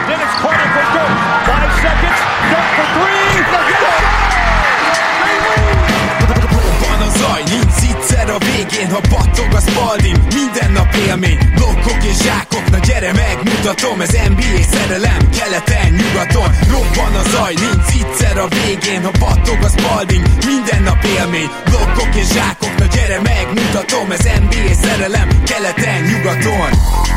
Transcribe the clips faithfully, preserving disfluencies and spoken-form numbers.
Dennis Carter for Dirk. Five seconds. Dirk for three. Let's go. Van a zaj, nincs egyszer a végén, ha battog a Spalding, minden nap élmény, blokkok és zsákok, na gyere megmutatom, ez en bé á szerelem, keleten, nyugaton, robban a zaj, nincs egyszer a végén, ha battog a Spalding, minden nap élmény, blokkok és zsákok, na gyere megmutatom, ez en bé á szerelem, keleten, nyugaton.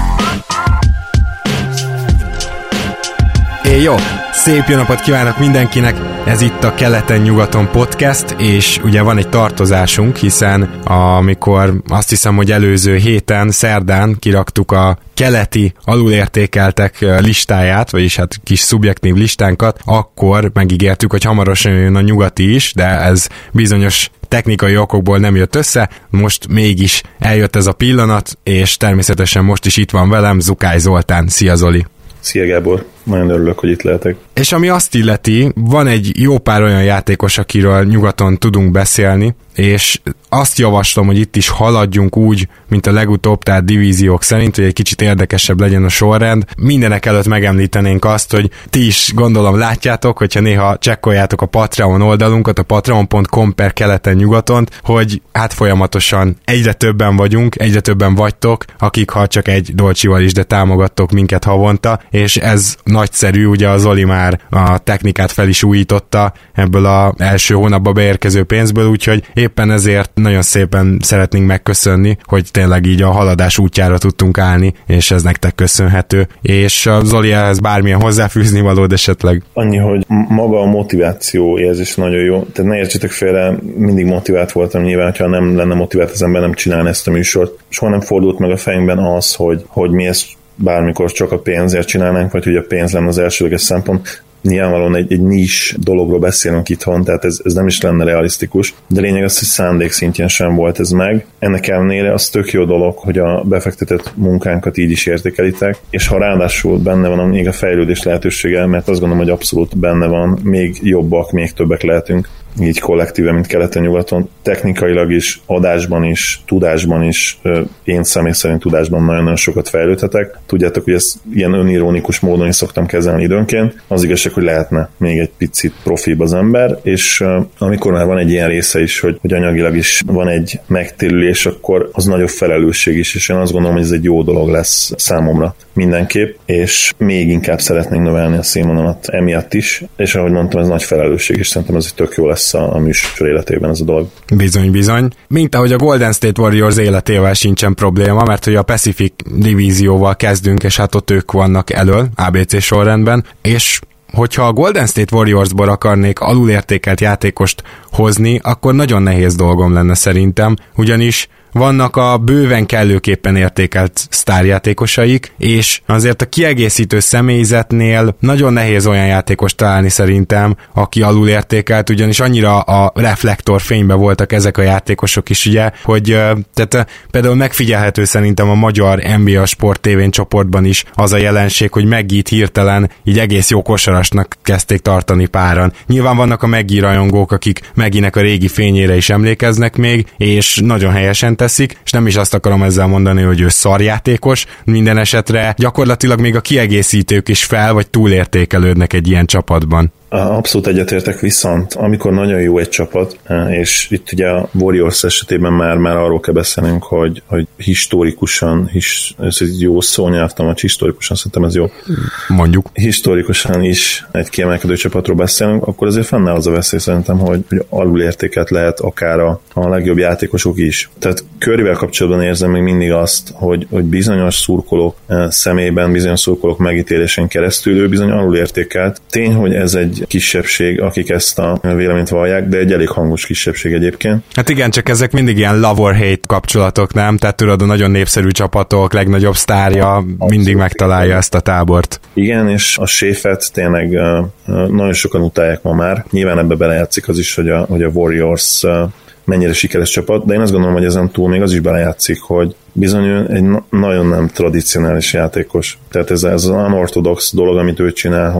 É, jó! Szép jó napot kívánok mindenkinek! Ez itt a Keleten-nyugaton podcast, és ugye van egy tartozásunk, hiszen amikor azt hiszem, hogy előző héten, szerdán kiraktuk a keleti alulértékeltek listáját, vagyis hát kis szubjektív listánkat, akkor megígértük, hogy hamarosan jön a nyugati is, de ez bizonyos technikai okokból nem jött össze, most mégis eljött ez a pillanat, és természetesen most is itt van velem Zukály Zoltán. Szia Zoli! Szia Gábor! Nagyon örülök, hogy itt lehetek. És ami azt illeti, van egy jó pár olyan játékos, akiről nyugaton tudunk beszélni, és azt javaslom, hogy itt is haladjunk úgy, mint a legutóbb, tehát divíziók szerint, hogy egy kicsit érdekesebb legyen a sorrend. Mindenek előtt megemlítenénk azt, hogy ti is gondolom látjátok, hogyha néha csekkoljátok a Patreon oldalunkat, a patreon pont com per keleten-nyugaton, hogy hát folyamatosan egyre többen vagyunk, egyre többen vagytok, akik ha csak egy dolcsival is, de támogattok minket havonta, és ez nagyszerű, ugye a Zoli már a technikát fel is újította ebből az első hónapba beérkező pénzből, úgyhogy éppen ezért nagyon szépen szeretnénk megköszönni, hogy tényleg így a haladás útjára tudtunk állni, és ez nektek köszönhető. És a Zoli, ehhez bármilyen hozzáfűzni valód esetleg? Annyi, hogy maga a motiváció érzés nagyon jó. Tehát ne értsétek félre, mindig motivált voltam, nyilván, ha nem lenne motivált az ember, nem csinálna ezt a műsort. Soha nem fordult meg a fejünkben az, hogy, hogy mi ezt bármikor csak a pénzért csinálnánk, vagy hogy a pénz lenne az elsődleges szempont. Nyilvánvalóan egy, egy nis dologról beszélünk itthon, tehát ez, ez nem is lenne realisztikus, de lényeg az, hogy szándék szintjén sem volt ez meg. Ennek ellenére az tök jó dolog, hogy a befektetett munkánkat így is értékelitek, és ha ráadásul benne van még a fejlődés lehetősége, mert azt gondolom, hogy abszolút benne van, még jobbak, még többek lehetünk, így kollektíve, mint keleten-nyugaton, technikailag is, adásban is, tudásban is, én személy szerint tudásban nagyon-nagyon sokat fejlődhetek. Tudjátok, hogy ezt ilyen önironikus módon is szoktam kezelni időnként. Az igazság, hogy lehetne még egy picit profibb az ember, és amikor már van egy ilyen része is, hogy, hogy anyagilag is van egy megtérülés, akkor az nagyobb felelősség is, és én azt gondolom, hogy ez egy jó dolog lesz számomra mindenképp, és még inkább szeretnénk növelni a színvonalat emiatt is, és ahogy mondtam, ez nagy felelősség, és szerintem ez egy tök jó lesz a, a műsor életében ez a dolog. Bizony, bizony. Mint ahogy a Golden State Warriors életével sincsen probléma, mert hogy a Pacific divízióval kezdünk, és hát ott ők vannak elől, á bé cé sorrendben, és hogyha a Golden State Warriorsból akarnék alulértékelt játékost hozni, akkor nagyon nehéz dolgom lenne szerintem, ugyanis vannak a bőven kellőképpen értékelt sztárjátékosaik, és azért a kiegészítő személyzetnél nagyon nehéz olyan játékost találni szerintem, aki alulértékelt, ugyanis annyira a reflektorfénybe voltak ezek a játékosok is, ugye, hogy tehát például megfigyelhető szerintem a magyar en bé á Sport té vén csoportban is az a jelenség, hogy Megit hirtelen így egész jó kosarasnak kezdték tartani páran. Nyilván vannak a Megi rajongók, akik Meginek a régi fényére is emlékeznek még, és nagyon helyesen teszik, és nem is azt akarom ezzel mondani, hogy ő szarjátékos, minden esetre gyakorlatilag még a kiegészítők is fel vagy túlértékelődnek egy ilyen csapatban. Abszolút egyetértek, viszont amikor nagyon jó egy csapat, és itt ugye a Warriors esetében már, már arról kell beszélnünk, hogy, hogy historikusan, his, ez egy jó szó nyelvtam, hogy historikusan szerintem ez jó. Mondjuk. Historikusan is egy kiemelkedő csapatról beszélünk, akkor azért fennáll az a veszély szerintem, hogy, hogy alulértéket lehet akár a, a legjobb játékosok is. Tehát Curryvel kapcsolatban érzem még mindig azt, hogy, hogy bizonyos szurkolók szemében, bizonyos szurkolók megítélésén keresztül ő bizony alulértékelt. Tény, hogy ez egy kisebbség, akik ezt a véleményt vallják, de egy elég hangos kisebbség egyébként. Hát igen, csak ezek mindig ilyen love or hate kapcsolatok, nem? Tehát tudod, a nagyon népszerű csapatok, legnagyobb sztárja Abszolút. mindig megtalálja ezt a tábort. Igen, és a Séfet tényleg uh, nagyon sokan utálják ma már. Nyilván ebbe belejátszik az is, hogy a, hogy a Warriors uh, mennyire sikeres csapat, de én azt gondolom, hogy ezen túl még az is belejátszik, hogy bizony egy nagyon nem tradicionális játékos. Tehát ez, ez az unorthodox dolog, amit ő csinál, hogy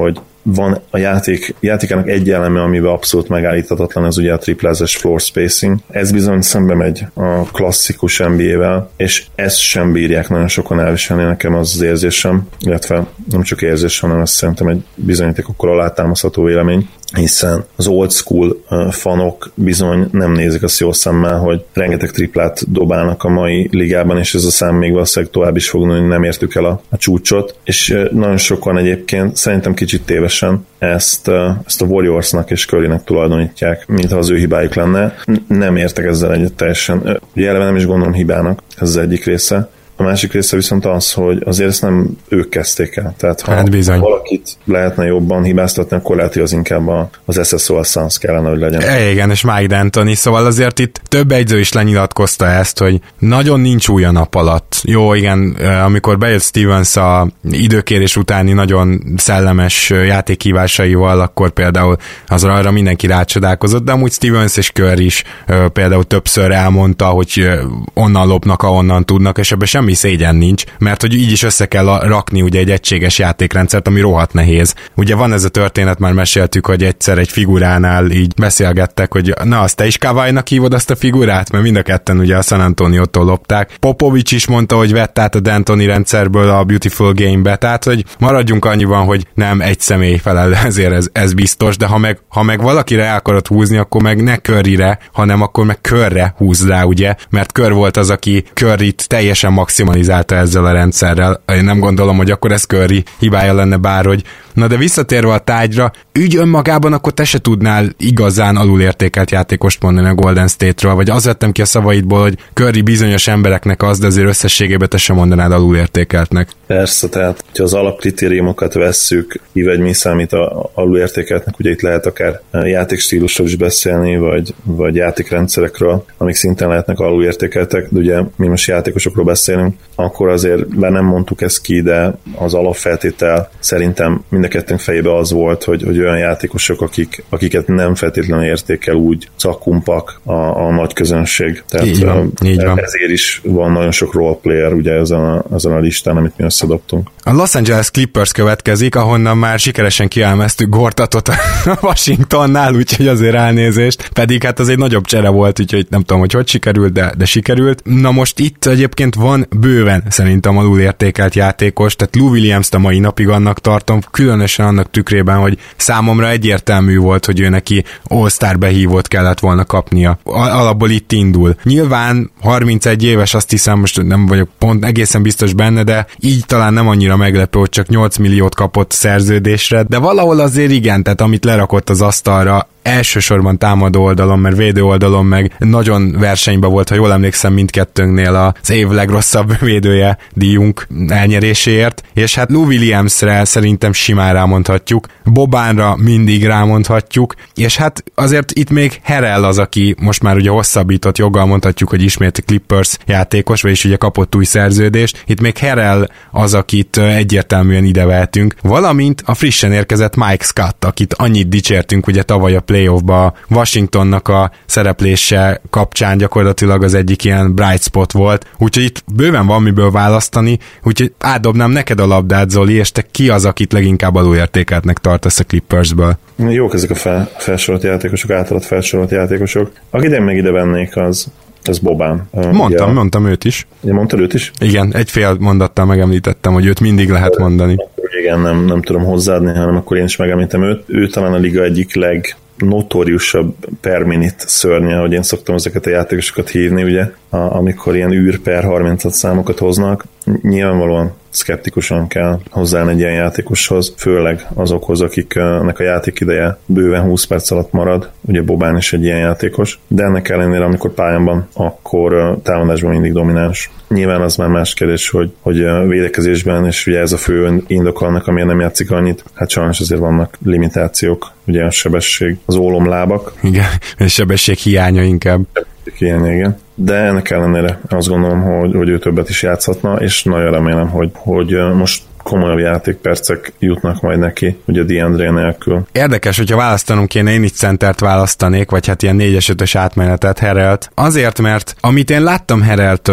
van a játék, játékának egy eleme, amiben abszolút megállíthatatlan, ez ugye a triplázás floor spacing. Ez bizony szembe megy a klasszikus en bé á-vel, és ezt sem bírják nagyon sokan elviselni, nekem az az érzésem, illetve nem csak érzésem, hanem azt szerintem egy bizonyítékokkal alátámasztható vélemény, hiszen az old school fanok bizony nem nézik azt jó szemmel, hogy rengeteg triplát dobálnak a mai ligában, és ez a szám még valószínűleg tovább is fog nőni, nem értük el a, a csúcsot, és nagyon sokan egyébként szerintem kicsit tévesen ezt, ezt a Warriorsnak és Currynek tulajdonítják, mintha az ő hibájuk lenne. Nem értek ezzel egyet teljesen. Ugye eleve nem is gondolom hibának, ez az egyik része. A másik része viszont az, hogy azért ezt nem ők kezdték el. Tehát ha hát valakit lehetne jobban hibáztatni, akkor lehet, hogy az inkább az es es o Suns kellene, hogy legyen. E, igen, és Mike D'Antoni, szóval azért itt több egyző is lenyilatkozta ezt, hogy nagyon nincs új a nap alatt. Jó, igen, amikor bejött Stevens a időkérés utáni nagyon szellemes játékhívásaival, akkor például azra arra mindenki rácsodálkozott, de amúgy Stevens és Curry is például többször elmondta, hogy onnan lopnak, ahonnan tudnak, és ebben semmi szégyen nincs, mert hogy így is össze kell rakni ugye egy egységes játékrendszert, ami rohadt nehéz. Ugye van ez a történet, már meséltük, hogy egyszer egy figuránál így beszélgettek, hogy na, azt te is Kawhi-nak hívod azt a figurát, mert mind a ketten ugye a San Antoniótól lopták. Popovics is mondta, hogy vett át a D'Antoni rendszerből a Beautiful Game-be, tehát hogy maradjunk annyiban, hogy nem egy személy felel, ezért ez, ez biztos, de ha meg, ha meg valakire el akarod húzni, akkor meg ne Curryre, hanem akkor meg Körre húzd rá, ugye, mert Kör volt az, aki Curryt teljesen maximalizálta ezzel a rendszerrel. Én nem gondolom, hogy akkor ez Curry hibája lenne bárhogy. Na de visszatérve a tárgyra, ügy önmagában akkor te se tudnál igazán alulértékelt játékost mondani a Golden State-ről, vagy azt vettem ki a szavaidból, hogy Curry bizonyos embereknek az, de azért összességében te sem mondanád alulértékeltnek. Persze, tehát ha az alapkritériumokat vesszük, ki vagy mi számít a alulértékeltnek, ugye itt lehet akár játékstílusról is beszélni, vagy, vagy játékrendszerekről, amik szintén lehetnek alulértékeltek, de ugye mi most játékosokról beszélünk, akkor azért be nem mondtuk ezt ki, de az alapfeltétel szerintem mind a kettőnk fejében az volt, hogy, hogy olyan játékosok, akik, akiket nem feltétlenül értékel úgy cakumpak a, a nagy közönség. Tehát így van, uh, így van. Ezért is van nagyon sok roleplayer ugye ezen a, ezen a listán, amit mi összedobtunk. A Los Angeles Clippers következik, ahonnan már sikeresen kielmeztük Gortatot a Washingtonnál, úgyhogy azért elnézést, pedig hát az egy nagyobb csere volt, úgyhogy nem tudom, hogy hogy sikerült, de, de sikerült. Na most itt egyébként van bőven szerintem alulértékelt játékos, tehát Lou Williams-t a mai napig annak tartom, különösen annak tükrében, hogy számomra egyértelmű volt, hogy ő neki All-Star behívót kellett volna kapnia. Alapból itt indul. Nyilván harmincegy éves, azt hiszem, most nem vagyok pont egészen biztos benne, de így talán nem annyira meglepő, hogy csak nyolc milliót kapott szerződésre, de valahol azért igen, tehát amit lerakott az asztalra, elsősorban támadó oldalon, mert védő oldalon meg nagyon versenyben volt, ha jól emlékszem, mindkettőnknél az év legrosszabb védője díjunk elnyeréséért, és hát Lou Williamsre szerintem simán rámondhatjuk, Bobánra mindig rámondhatjuk, és hát azért itt még Harrell az, aki most már ugye hosszabbított joggal mondhatjuk, hogy ismét Clippers játékos, vagyis ugye kapott új szerződést, itt még Harrell az, akit egyértelműen idevehetünk, valamint a frissen érkezett Mike Scott, akit annyit dicsértünk ugye tavaly a playoffba, Washingtonnak a szereplése kapcsán gyakorlatilag az egyik ilyen bright spot volt, úgyhogy itt bőven van miből választani, úgyhogy átdobnám neked a labdát, Zoli, és te ki az, akit leginkább alulértékeltnek tartasz a Clippersből? Jók ezek a fel, felsorolt játékosok, általad felsorolt játékosok. Akit én meg ide vennék, az ez Bobán. Mondtam, ugye, mondtam őt is. Ugye mondtad őt is? Igen, egy fél mondattal megemlítettem, hogy őt mindig lehet mondani. Igen, nem, nem tudom hozzáadni, hanem akkor én is megemlítem őt. Ő talán a liga egyik leg notóriusabb per minute szörnye, ahogy én szoktam ezeket a játékosokat hívni, ugye, a, amikor ilyen űr per harmincat számokat hoznak. Nyilvánvalóan szkeptikusan kell hozzáállni egy ilyen játékoshoz, főleg azokhoz, akiknek a játék ideje bőven húsz perc alatt marad, ugye Bobán is egy ilyen játékos, de ennek ellenére, amikor pályán van, akkor támadásban mindig domináns. Nyilván az már más kérdés, hogy, hogy védekezésben, és ugye ez a fő indok annak, amiért nem játszik annyit, hát sajnos azért vannak limitációk, ugye a sebesség, az ólomlábak. Igen, és sebesség hiánya inkább. Ilyen, igen. De ennek ellenére azt gondolom, hogy, hogy ő többet is játszhatna, és nagyon remélem, hogy, hogy most komolyabb játékpercek jutnak majd neki, ugye DeAndre nélkül. Érdekes, hogyha választanunk kéne, én itt centert választanék, vagy hát ilyen négyes ötös átmenetet Harrellt. Azért, mert amit én láttam Harrelltől,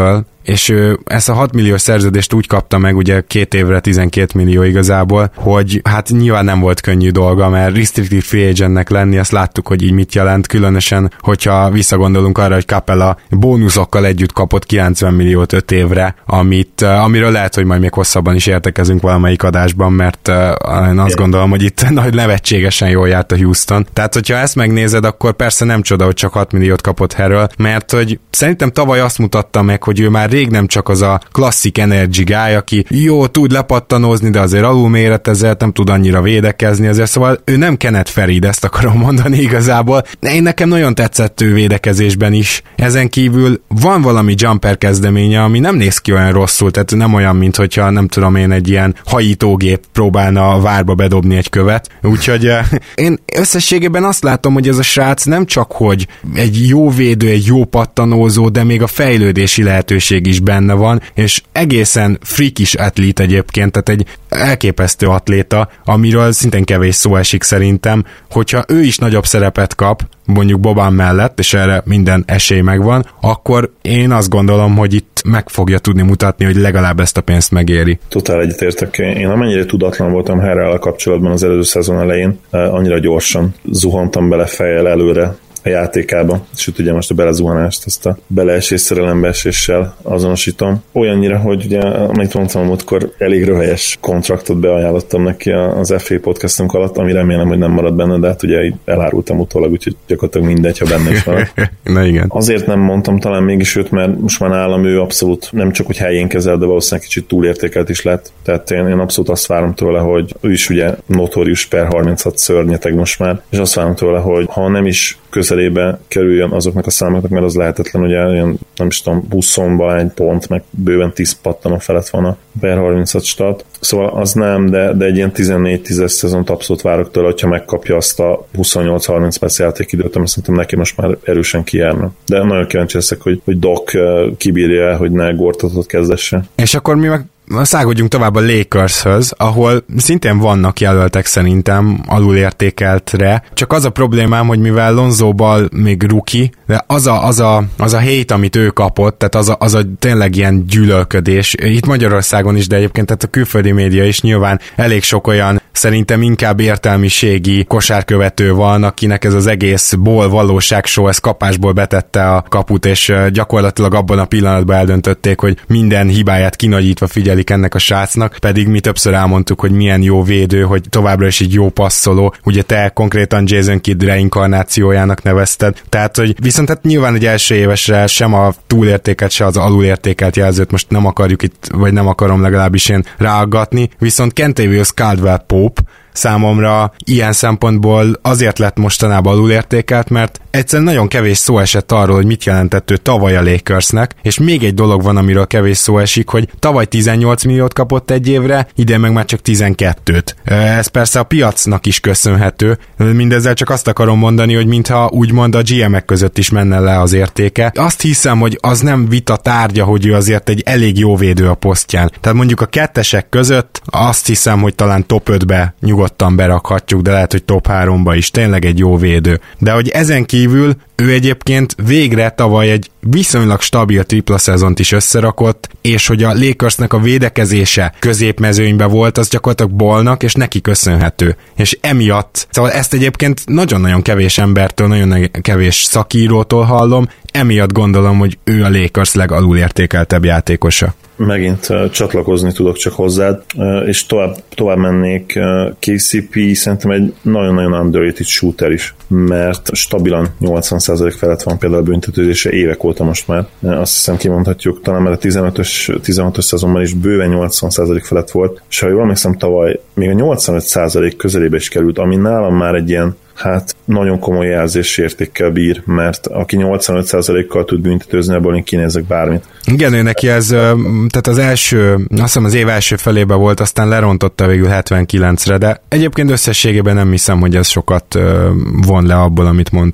és ő ezt a hat milliós szerződést úgy kapta meg, ugye két évre tizenkét millió igazából, hogy hát nyilván nem volt könnyű dolga, mert restricted free agentnek lenni, azt láttuk, hogy így mit jelent, különösen, hogyha visszagondolunk arra, hogy Capella bónuszokkal együtt kapott kilencven milliót öt évre, amit, amiről lehet, hogy majd még hosszabban is értekezünk valamelyik adásban, mert uh, én azt gondolom, hogy itt nagy nevetségesen jól járt a Houston. Tehát, hogyha ezt megnézed, akkor persze nem csoda, hogy csak hat milliót kapott Harrell, mert hogy szerintem tavaly azt mutatta meg, hogy ő már rég nem csak az a klasszik energy guy, aki jó, tud lepattanózni, de azért alulméretezett, nem tud annyira védekezni, azért szóval ő nem Kenneth Faried, ezt akarom mondani igazából. Én nekem nagyon tetszett ő védekezésben is. Ezen kívül van valami jumper kezdeménye, ami nem néz ki olyan rosszul, tehát nem olyan, mint hogyha nem tudom én egy ilyen hajítógép próbálna a várba bedobni egy követ. Úgyhogy én összességében azt látom, hogy ez a srác nem csak, hogy egy jó védő, egy jó pattanózó, de még a fejlődési lehetőség is benne van, és egészen freakis atlet egyébként, tehát egy elképesztő atléta, amiről szintén kevés szó esik szerintem, hogyha ő is nagyobb szerepet kap, mondjuk Boban mellett, és erre minden esély megvan, akkor én azt gondolom, hogy itt meg fogja tudni mutatni, hogy legalább ezt a pénzt megéri. Totál egyetértek. Én amennyire tudatlan voltam Harrell kapcsolatban az előző szezon elején, annyira gyorsan zuhantam bele fejjel előre a játékába, és ugye most a belezuhanást, ezt a beleesés szerelembe eséssel azonosítom. Olyannyira, hogy ugye, amit mondtam, amikor elég röhelyes kontraktot beajánlottam neki az ef á podcastunk alatt, ami remélem, hogy nem marad benne, de hát ugye így elárultam utólag, úgyhogy gyakorlatilag mindegy, ha benne is marad. Na igen. Azért nem mondtam talán mégis őt, mert most már nálam ő abszolút nem csak, hogy helyén kezel, de valószínűleg kicsit túlértékelt is lett. Tehát én, én abszolút azt várom tőle, hogy ő is ugye notorius per harminchat szörnyeteg most már, és azt várom tőle, hogy ha nem is közelébe kerüljön azoknak a számoknak, mert az lehetetlen, ugye olyan, nem is tudom, húsz-valány pont, meg bőven tíz pattanok felett van a per harminchat stat. Szóval az nem, de, de egy ilyen tizennégy-tíz szezont abszolút várok tőle, hogyha megkapja azt a huszonnyolc-harminc perc játékidőt, amit szerintem neki most már erősen kijárna. De nagyon kíváncsi leszek, hogy, hogy Doc kibírja, hogy ne Gortatot kezdesse. És akkor mi meg szágodjunk tovább a Lakershöz, ahol szintén vannak jelöltek szerintem alulértékeltre. Csak az a problémám, hogy mivel Lonzo Ball még rookie, de az a, az a, az a hate, amit ő kapott, tehát az a, az a tényleg ilyen gyűlölködés, itt Magyarországon is, de egyébként tehát a külföldi média is nyilván elég sok olyan szerintem inkább értelmiségi kosárkövető van, akinek ez az egész Ball valóságshow, ez kapásból betette a kaput, és gyakorlatilag abban a pillanatban eldöntötték, hogy minden hibáját kinagyítva figyelik ennek a srácnak, pedig mi többször elmondtuk, hogy milyen jó védő, hogy továbbra is egy jó passzoló, ugye te konkrétan Jason Kidd reinkarnációjának nevezted, tehát hogy viszont hát nyilván egy első évesre sem a túlértékelt, se az alulértékelt jelzőt most nem akarjuk itt, vagy nem akarom legalábbis én ráaggatni, viszont Kentavious Caldwell-Pope számomra ilyen szempontból azért lett mostanában alulértékelt, mert egyszerűen nagyon kevés szó esett arról, hogy mit jelentett ő tavaly a Lakersnek, és még egy dolog van, amiről kevés szó esik, hogy tavaly tizennyolc milliót kapott egy évre, idén meg már csak tizenkettőt. Ez persze a piacnak is köszönhető, mindezzel csak azt akarom mondani, hogy mintha úgymond a gé emek között is menne le az értéke. Azt hiszem, hogy az nem vita tárgya, hogy ő azért egy elég jó védő a posztján. Tehát mondjuk a kettesek között azt hiszem, hogy talán top ötbe nyugodtan berakhatjuk, de lehet, hogy top háromba is, tényleg egy jó védő. De hogy ezen kívül ő egyébként végre tavaly egy viszonylag stabil tripla szezont is összerakott, és hogy a Lakersnek a védekezése középmezőnyben volt, az gyakorlatilag Ballnak, és neki köszönhető. És emiatt, szóval ezt egyébként nagyon-nagyon kevés embertől, nagyon kevés szakírótól hallom, emiatt gondolom, hogy ő a Lakers legalulértékeltebb játékosa. Megint uh, csatlakozni tudok csak hozzád, uh, és tovább, tovább mennék. Uh, ká cé pé szerintem egy nagyon-nagyon underrated shooter is, mert stabilan nyolcvan százalék felett van például a büntetőzése évek óta most már. Uh, azt hiszem kimondhatjuk, talán már a tizenötös, tizenhatos szezonban is bőven nyolcvan százalék felett volt, és ha jól emlékszem, tavaly még a nyolcvanöt százalék közelébe is került, ami nálam már egy ilyen hát nagyon komoly jelzési értékkel bír, mert aki nyolcvanöt százalékkal tud büntetőzni, abból én kinézek bármit. Igen, ő neki ez, tehát az első, azt hiszem az év első felében volt, aztán lerontotta végül hetvenkilencre, de egyébként összességében nem hiszem, hogy ez sokat von le abból, amit mondtál.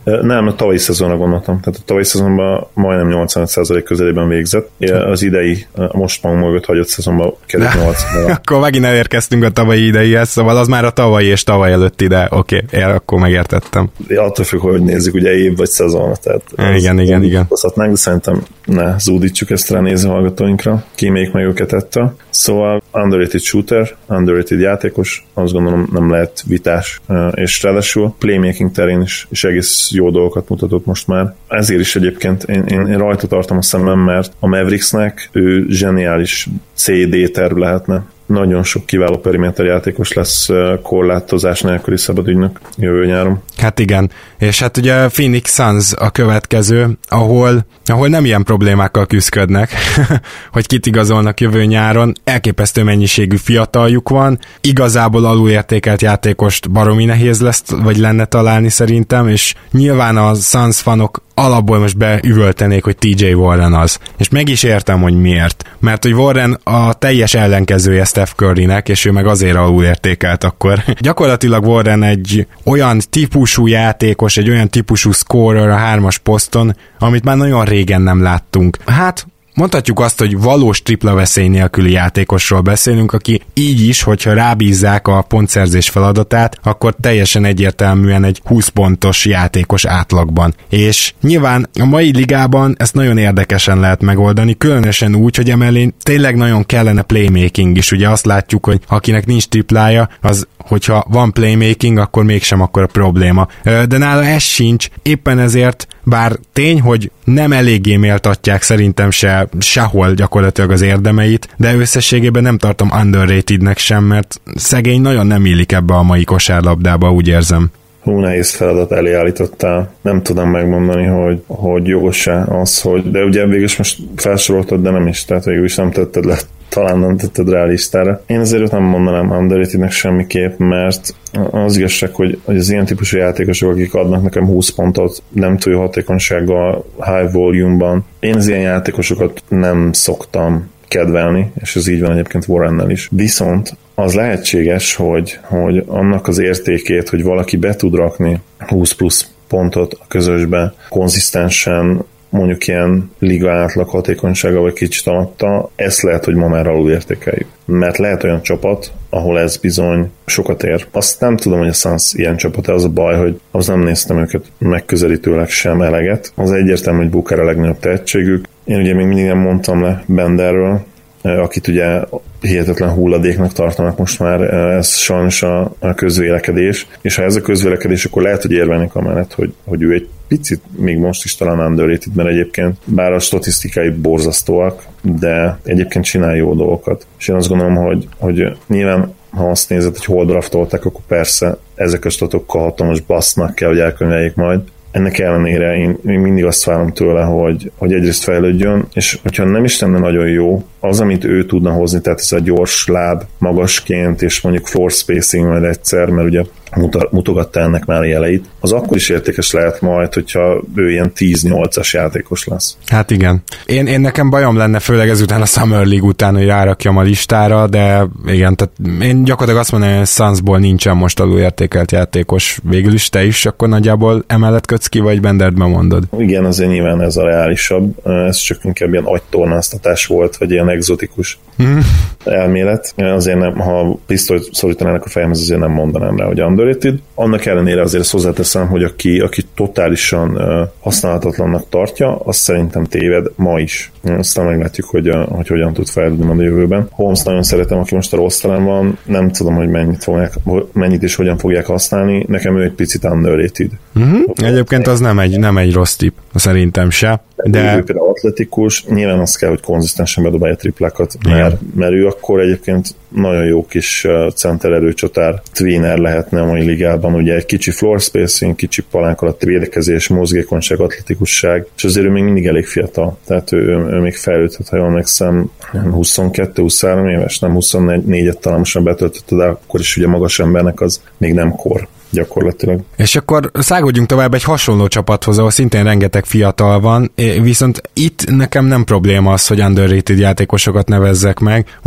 Nem, a tavalyi szezonra gondoltam. Tehát a tavalyi szezonban majdnem nyolcvanöt százalék közelében végzett. Az idei, most magunk mögött hagyott szezonban került nyolcvan. Akkor megint elérkeztünk a tavalyi ideihez, szóval az már a tavalyi és tavaly előtt ide. Oké, okay, akkor megértettem. Attól függ, hogy nézzük, ugye év vagy szezon. Tehát igen, igen, igen. Hozhatnánk, de szerintem ne zúdítsuk ezt rá néző hallgatóinkra. Kíméljük meg őket ettől. Szóval underrated shooter, underrated játékos, azt gondolom nem lehet vitás, és ráadásul playmaking terén is, is egész jó dolgokat mutatott most már. Ezért is egyébként én, én, én rajta tartom a szemem, mert a Mavericksnek ő zseniális cé dé terv lehetne. Nagyon sok kiváló periméter játékos lesz korlátozás nélküli szabadügynök jövő nyáron. Hát igen, és hát ugye Phoenix Suns a következő, ahol, ahol nem ilyen problémákkal küzdködnek, hogy kit igazolnak jövő nyáron, elképesztő mennyiségű fiataljuk van, igazából alulértékelt játékost baromi nehéz lesz, vagy lenne találni szerintem, és nyilván a Suns fanok alapból most beüvöltenék, hogy té jé Warren az. És meg is értem, hogy miért. Mert hogy Warren a teljes ellenkezője Steph Currynek, és ő meg azért alulértékelt akkor. Gyakorlatilag Warren egy olyan típusú játékos, egy olyan típusú scorer a hármas poszton, amit már nagyon régen nem láttunk. Hát, mondhatjuk azt, hogy valós tripla veszély nélküli játékosról beszélünk, aki így is, hogyha rábízzák a pontszerzés feladatát, akkor teljesen egyértelműen egy húsz pontos játékos átlagban. És nyilván a mai ligában ezt nagyon érdekesen lehet megoldani, különösen úgy, hogy emellé tényleg nagyon kellene playmaking is. Ugye azt látjuk, hogy akinek nincs triplája, az hogyha van playmaking, akkor mégsem akkor a probléma. De nála ez sincs, éppen ezért, bár tény, hogy nem eléggé méltatják szerintem se, sehol gyakorlatilag az érdemeit, de összességében nem tartom underratednek sem, mert szegény nagyon nem illik ebbe a mai kosárlabdába, úgy érzem. Hú, nehéz feladat elé állítottál. Nem tudom megmondani, hogy, hogy jogos-e az, hogy... De ugye végül is most felsoroltad, de nem is, tehát végül is nem tetted le, talán nem tetted rá a listára. Én azért nem mondanám underratednek semmiképp, mert az igazság, hogy, hogy az ilyen típusú játékosok, akik adnak nekem húsz pontot, nem túl jó hatékonysággal, high volume-ban, én az ilyen játékosokat nem szoktam kedvelni, és ez így van egyébként Warrennel is. Viszont az lehetséges, hogy, hogy annak az értékét, hogy valaki be tud rakni húsz plusz pontot a közösbe, konzisztensen, mondjuk ilyen liga átlag hatékonysága vagy kicsit alatta, ezt lehet, hogy ma már alul értékeljük. Mert lehet olyan csapat, ahol ez bizony sokat ér. Azt nem tudom, hogy a Suns ilyen csapat, az a baj, hogy az nem néztem őket megközelítőleg sem eleget. Az egyértelmű, hogy Booker a legnagyobb tehetségük. Én ugye még mindig nem mondtam le Benderről, akit ugye hihetetlen hulladéknak tartanak most már, ez sajnos a, a közvélekedés, és ha ez a közvélekedés, akkor lehet, hogy érvelnek amellett, hogy, hogy ő egy picit még most is talán underrated, mert egyébként bár a statisztikai borzasztóak, de egyébként csinál jó dolgokat. És én azt gondolom, hogy, hogy nyilván ha azt nézed, hogy hol draftolták, akkor persze ezek a statokkal hatalmas bassznak kell, hogy elkönyveljék majd. Ennek ellenére én, én mindig azt várom tőle, hogy, hogy egyrészt fejlődjön, és hogyha nem is lenne nagyon jó, az, amit ő tudna hozni, tehát ez a gyors láb magasként, és mondjuk floor spacing majd egyszer, mert ugye mutogatta ennek már jeleit, az akkor is értékes lehet majd, hogyha ő ilyen tíz nyolcas játékos lesz. Hát igen. Én, én nekem bajom lenne, főleg ezután a Summer League után, hogy rárakjam a listára, de igen, tehát én gyakorlatilag azt mondom, hogy a Sunsból nincsen most alulértékelt játékos. Végül is te is, akkor nagyjából emellett kötsz ki, vagy Benderdben mondod? Igen, azért nyilván ez a reálisabb. Ez csak inkább ilyen agytornáztatás volt, vagy ilyen egzotikus mm. elmélet. Azért nem, ha pisztolyt szorítanának a fejemhez, azért nem mondanám rá, hogy underrated. Annak ellenére azért azt hozzáteszem, hogy aki, aki totálisan uh, használhatatlannak tartja, az szerintem téved ma is. Aztán meglátjuk, hogy, uh, hogy hogyan tud fejlődni a jövőben. Holmes nagyon szeretem, aki most a rosteren van, nem tudom, hogy mennyit, fogják, mennyit és hogyan fogják használni. Nekem ő egy picit underrated. Mm-hmm. Egyébként az nem egy, nem egy rossz tipp, szerintem se. De... Ő például atletikus, nyilván az kell, hogy konzisztensen bedobálja triplákat, mert, mert ő akkor egyébként nagyon jó kis center erőcsatár tweener lehetne a mai ligában, ugye egy kicsi floor spacing, kicsi palánk alatt védekezés, mozgékonyság, atletikusság, és azért ő még mindig elég fiatal, tehát ő, ő még fejlődhet, ha jól megszem, huszonkettő huszonhárom éves, nem huszonnégyet talán most betöltötte, de akkor is ugye magas embernek az még nem kor. Gyakorlatilag. És akkor szágodjunk tovább egy hasonló csapathoz, ahol szintén rengeteg fiatal van, viszont itt nekem nem probléma az, hogy underrated játékosokat nevezzek meg. Van egy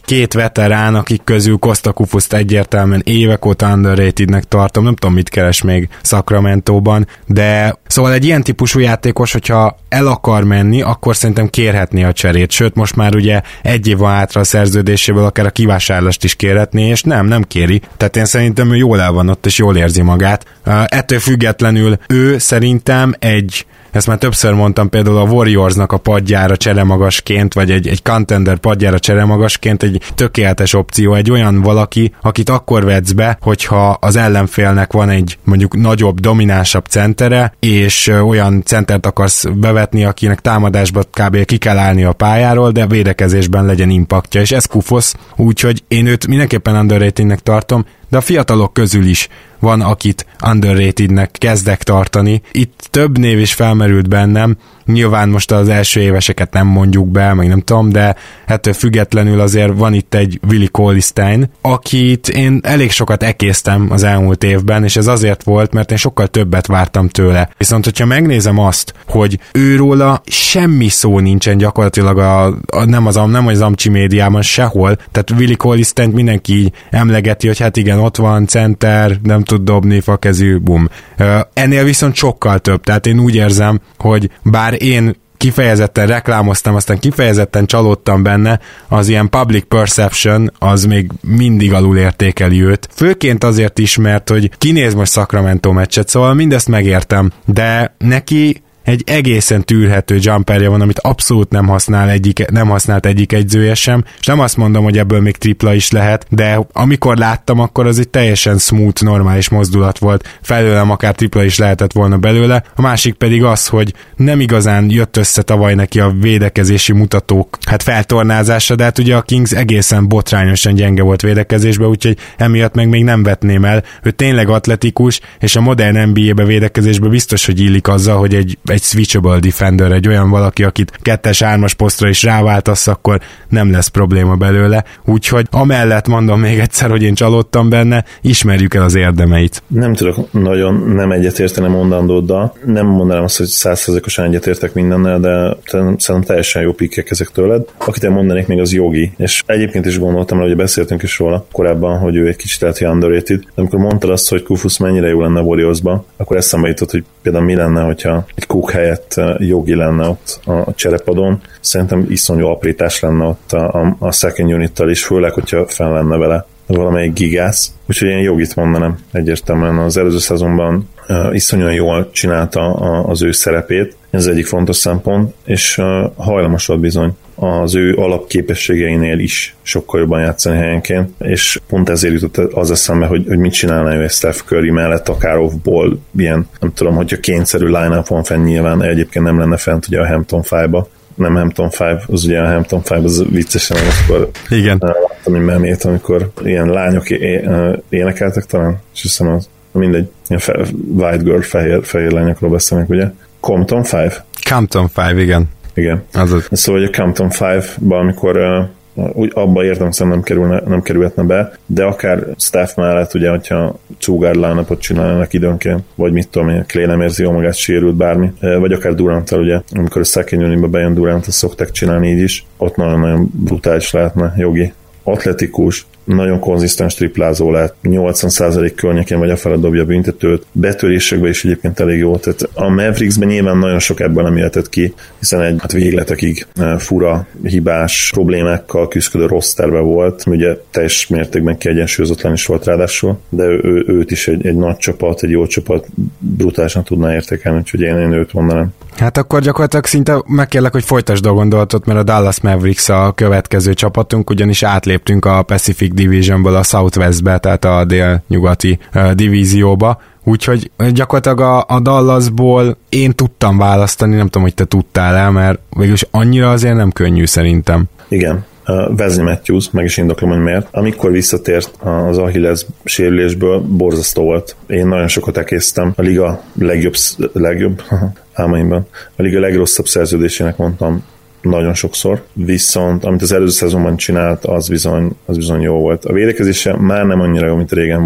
két veterán, akik közül Costa Kufuszt egyértelműen évek óta underratednek tartom, nem tudom, mit keres még Sacramentóban, de szóval egy ilyen típusú játékos, hogyha el akar menni, akkor szerintem kérhetné a cserét, sőt most már ugye egy év van hátra a szerződéséből, akár a kivásárlást is kérhetné, és nem, nem kéri, tehát én szerintem ő jól el van ott, és jól érzi magát. Ettől függetlenül ő szerintem egy, ezt már többször mondtam, például a Warriorsnak a padjára cseremagasként, vagy egy, egy contender padjára cseremagasként egy tökéletes opció, egy olyan valaki, akit akkor vetsz be, hogyha az ellenfélnek van egy mondjuk nagyobb, dominánsabb centere, és olyan centert akarsz bevetni, akinek támadásban kb. Ki kell állni a pályáról, de védekezésben legyen impaktja, és ez Kufosz, úgyhogy én őt mindenképpen underratednek tartom, de a fiatalok közül is van, akit underratednek kezdek tartani. Itt több név is felmerült bennem, nyilván most az első éveseket nem mondjuk be, meg nem tudom, de ettől függetlenül azért van itt egy Willie Cauley-Stein, akit én elég sokat ekésztem az elmúlt évben, és ez azért volt, mert én sokkal többet vártam tőle. Viszont, hogyha megnézem azt, hogy őróla semmi szó nincsen gyakorlatilag a, a, nem, az, nem az Amcsi médiában sehol, tehát Willie Cauley-Steint mindenki így emlegeti, hogy hát igen, ott van center, nem tud dobni, fakezű, bum. Ennél viszont sokkal több, tehát én úgy érzem, hogy bár én kifejezetten reklámoztam, aztán kifejezetten csalódtam benne, az ilyen public perception az még mindig alul értékeli őt. Főként azért is, mert hogy kinéz most Sacramento meccset, szóval mindezt megértem, de neki egy egészen tűrhető jumperje van, amit abszolút nem használ egyik, nem használt egyik egyzője sem, és nem azt mondom, hogy ebből még tripla is lehet, de amikor láttam, akkor az egy teljesen smooth, normális mozdulat volt, felőlem akár tripla is lehetett volna belőle, a másik pedig az, hogy nem igazán jött össze tavaly neki a védekezési mutatók hát feltornázása, de hát ugye a Kings egészen botrányosan gyenge volt védekezésben, úgyhogy emiatt meg még nem vetném el, ő tényleg atletikus, és a modern en bé á-be védekezésben biztos, hogy illik azzal, hogy egy egy switchable defender, egy olyan valaki, akit kettes-hármas posztra is ráváltasz, akkor nem lesz probléma belőle. Úgyhogy amellett mondom még egyszer, hogy én csalódtam benne, ismerjük el az érdemeit. Nem tudok nagyon nem egyetérteni mondandóddal. Nem mondanám azt, hogy száz százalékosan egyetértek mindennel, de szerintem teljesen jó pikkek ezek tőled. Akit én mondanék még az Jogi, és egyébként is gondoltam, hogy beszéltünk is róla korábban, hogy ő egy kicsit lehet, hogy underrated. De amikor mondtad azt, hogy Kufus mennyire jó lenne a Warriorsba, akkor eszembe jutott, hogy például mi lenne, hogyha egy Cook helyett Jogi lenne ott a cserepadon. Szerintem iszonyú aprítás lenne ott a, a, a second unittal is, főleg, hogyha fenn lenne vele valamelyik gigász. Úgyhogy én Jogit mondanám egyértelműen. Az előző szezonban uh, iszonyúan jól csinálta a, az ő szerepét, ez az egyik fontos szempont, és uh, hajlamos volt bizony az ő alapképességeinél is sokkal jobban játszani helyenként, és pont ezért jutott az eszembe, hogy, hogy mit csinálna ő egy Steph Curry mellett, akár off-ball, ilyen, nem tudom, hogyha kényszerű line-up van fenn, nyilván egyébként nem lenne fent ugye a Hampton five-ba, nem Hampton five, az ugye a Hampton five, az viccesen, amikor igen. láttam egy memét, amikor ilyen lányok é- énekeltek talán, és hiszem az mindegy, ilyen fe- white girl, fehér, fehér lányokról beszélnek, ugye? Compton five? Compton five, igen. Igen. Azaz. Szóval, hogy a Compton five-ban, amikor uh, úgy abba értem, szerintem nem, kerülne, nem kerülhetne be, de akár Steph mellett, ugye, hogyha two-guard line-upot csinálnak időnként, vagy mit tudom én, Clay nem érzi jól magát, sérült bármi, uh, vagy akár Durant-tal, ugye, amikor a second unitba bejön Durant, azt szokták csinálni így is, ott nagyon-nagyon brutális lehetne Jogi. Atletikus, nagyon konzisztens triplázó lehet, nyolcvan százalék környékén vagy afele dobja büntetőt, betörésekben is egyébként elég jó, tehát a Mavericksben nyilván nagyon sok ebből nem jöhetett ki, hiszen egy hát végletekig fura, hibás problémákkal küzdő rosterbe volt, ugye teljes mértékben kiegyensúlyozatlan is volt ráadásul, de ő, őt is egy, egy nagy csapat, egy jó csapat brutálisan tudná értékelni, úgyhogy én, én őt mondanám. Hát akkor gyakorlatilag szinte megkérlek, hogy folytasd a gondolatot, mert a Dallas Mavericks a következő csapatunk, ugyanis átléptünk a Pacific Divisionból a Southwestbe, tehát a dél-nyugati uh, divízióba, úgyhogy gyakorlatilag a, a Dallasból én tudtam választani, nem tudom, hogy te tudtál el, mert végülis annyira azért nem könnyű szerintem. Igen. Uh, Wesley Matthews, meg is indoklom, hogy miért. Amikor visszatért az Achilles sérülésből, borzasztó volt. Én nagyon sokat ekésztem. A liga legjobb, legjobb álmaimban. A liga legrosszabb szerződésének mondtam nagyon sokszor, viszont amit az előző szezonban csinált, az bizony, az bizony jó volt. A védekezése már nem annyira jó, mint régen volt,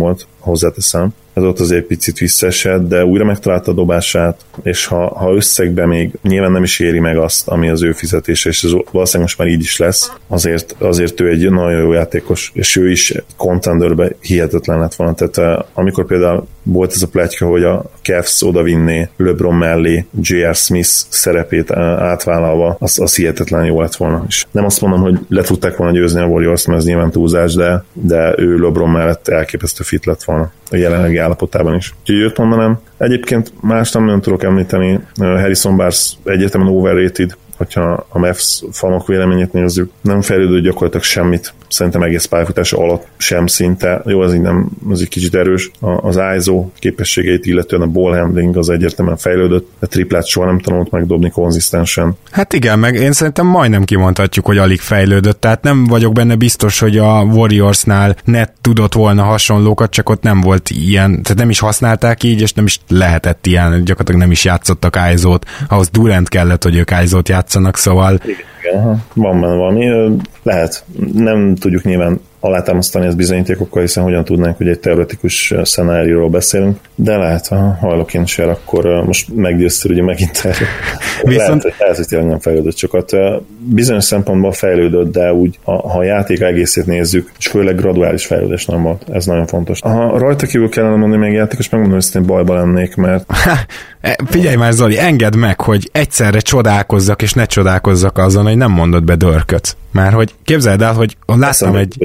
hozzáteszem. Ez ott azért picit visszaesett, de újra megtalálta a dobását, és ha, ha összegben még nyilván nem is éri meg azt, ami az ő fizetése, és ez valószínűleg most már így is lesz, azért, azért ő egy nagyon jó játékos, és ő is contenderbe hihetetlen lett volna. Tehát amikor például volt ez a pletyka, hogy a Cavs odavinné LeBron mellé J R. Smith szerepét átvállalva, az, az hihetetlen jó lett volna. És nem azt mondom, hogy le tudták volna győzni a Warriors, mert ez nyilván túlzás, de, de ő LeBron mellett elképesztő fit lett volna a jelenlegi állapotában is. Úgyhogy őt mondanám. Egyébként más nem nagyon tudok említeni. Harrison Barnes egyetemen overrated, hogyha a Mavs fanok véleményét nézzük. Nem fejlődött gyakorlatilag semmit. Szerintem egész pályafutása alatt sem szinte. Jó, az így nem, az egy kicsit erős. Az I S O képességeit, illetően a ball handling az egyértelműen fejlődött. A triplát soha nem tanult megdobni konzisztensen. Hát igen, meg én szerintem majdnem kimondhatjuk, hogy alig fejlődött. Tehát nem vagyok benne biztos, hogy a Warriorsnál ne tudott volna hasonlókat, csak ott nem volt ilyen, tehát nem is használták így, és nem is lehetett ilyen, gyakorlatilag nem is játszottak I S O-t. Ahhoz Durant kellett, hogy ők I S O-t játszanak, szóval... Igen, igen, van benne valami. Lehet, nem tudjuk nyilván alátámasztani ezt bizonyítékokkal, hiszen hogyan tudnánk, hogy egy teoretikus szenárióról beszélünk, de lehet, ha hajlok én is el, akkor most meggyőztél ugye megint erről. Viszont... Lehet, lehet, hogy tényleg nem fejlődött sokat. Bizonyos szempontból fejlődött, de úgy, ha, ha a játék egészét nézzük, és főleg graduális fejlődés nem volt. Ez nagyon fontos. Ha rajta kívül kellene mondani még játékos, megmondom, hogy én bajba lennék, mert... Figyelj már, Zoli, engedd meg, hogy egyszerre csodálkozzak, és ne csodálkozzak azon, hogy nem mondod be Dirköt. Már hogy képzeld el, hogy láttam egy,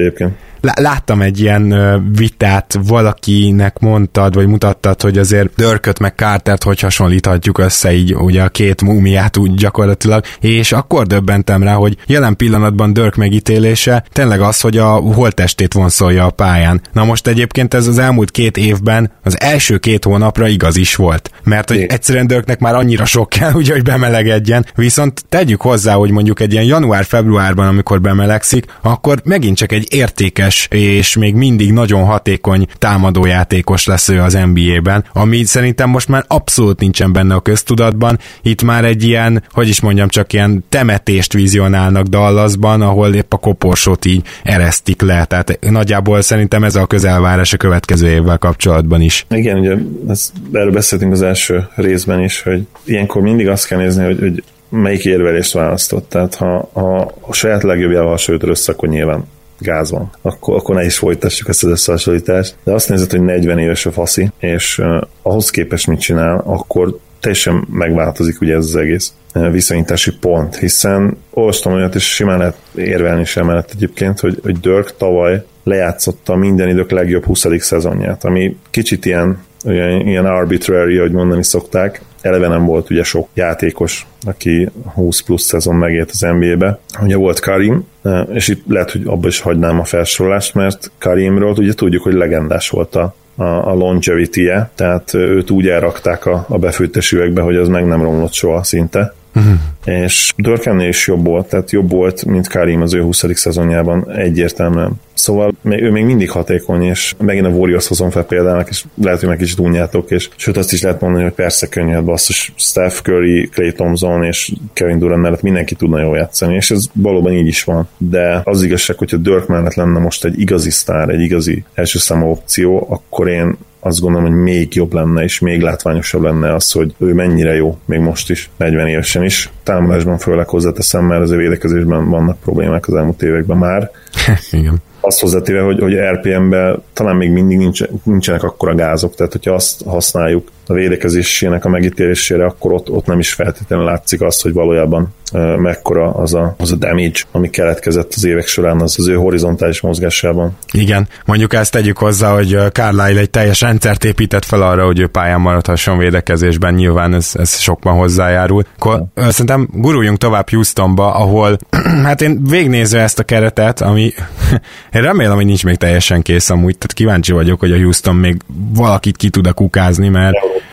láttam egy ilyen vitát, valakinek mondtad, vagy mutattad, hogy azért Dirköt meg Cartert hogy hasonlíthatjuk össze így ugye a két múmiát úgy gyakorlatilag, és akkor döbbentem rá, hogy jelen pillanatban Dirk megítélése tényleg az, hogy a holttestét vonszolja a pályán. Na most egyébként ez az elmúlt két évben az első két hónapra igaz is volt, mert hogy egyszerűen Dirknek már annyira sok kell, ugye, hogy bemelegedjen, viszont tegyük hozzá, hogy mondjuk egy ilyen január-februárban, amikor bemelegszik, akkor megint csak egy értékes és még mindig nagyon hatékony támadójátékos lesz ő az en bé á-ben, ami szerintem most már abszolút nincsen benne a köztudatban. Itt már egy ilyen, hogy is mondjam, csak ilyen temetést vizionálnak Dallasban, ahol épp a koporsót így eresztik le. Tehát nagyjából szerintem ez a közelvárás a következő évvel kapcsolatban is. Igen, ugye ezt, erről beszéltünk az első részben is, hogy ilyenkor mindig azt kell nézni, hogy, hogy melyik érvelést választott. Tehát ha, ha a saját legjobbjával hasonlítod össze, akkor nyilván gáz van. Akkor, akkor ne is folytassuk ezt az összehasonlítást. De azt nézed, hogy negyven éves a faszi, és uh, ahhoz képest mit csinál, akkor teljesen megváltozik ugye ez az egész uh, viszonyítási pont, hiszen olvastam olyat, és simán lehet érvelni sem mellett egyébként, hogy, hogy Dirk tavaly lejátszotta minden idők legjobb huszadik szezonját, ami kicsit ilyen, ilyen, ilyen arbitrary, ahogy mondani szokták. Eleve nem volt ugye sok játékos, aki húsz plusz szezon megért az en bé á-be. Ugye volt Karim, és itt lehet, hogy abba is hagynám a felsorolást, mert Karimról ugye tudjuk, hogy legendás volt a, a, a longevity-je, tehát őt úgy elrakták a, a befőttes üvegbe, hogy az meg nem romlott soha szinte. Uh-huh. És Dirk ennél is jobb volt, tehát jobb volt, mint Karim az ő huszadik szezonjában egyértelműen. Szóval ő még mindig hatékony, és megint a Warriors hozom fel példának, és lehet, hogy meg kicsit unjátok, és sőt azt is lehet mondani, hogy persze könnyű, hát basszus, Steph Curry, Klay Thompson és Kevin Durant mellett mindenki tudna jól játszani, és ez valóban így is van. De az igazság, hogyha Dirk mellett lenne most egy igazi sztár, egy igazi első számú opció, akkor én azt gondolom, hogy még jobb lenne, és még látványosabb lenne az, hogy ő mennyire jó, még most is, negyven évesen is. Támadásban főleg hozzáteszem, mert az védekezésben vannak problémák az elmúlt években már. Igen. Azt hozzátéve, hogy, hogy er pé em-ben talán még mindig nincs, nincsenek akkora gázok, tehát hogyha azt használjuk a védekezésének a megítélésére, akkor ott, ott nem is feltétlenül látszik azt, hogy valójában uh, mekkora az a, az a damage, ami keletkezett az évek során az, az ő horizontális mozgásában. Igen, mondjuk ezt tegyük hozzá, hogy Carlisle egy teljes rendszert épített fel arra, hogy ő pályán maradhasson védekezésben, nyilván ez, ez sokban hozzájárul. Akkor ja. Szerintem guruljunk tovább Houstonba, ahol hát én végignézve ezt a keretet, ami én remélem, hogy nincs még teljesen kész amúgy, tehát kíváncsi vagyok, hogy a Houston még valakit ki tud kukázni, mert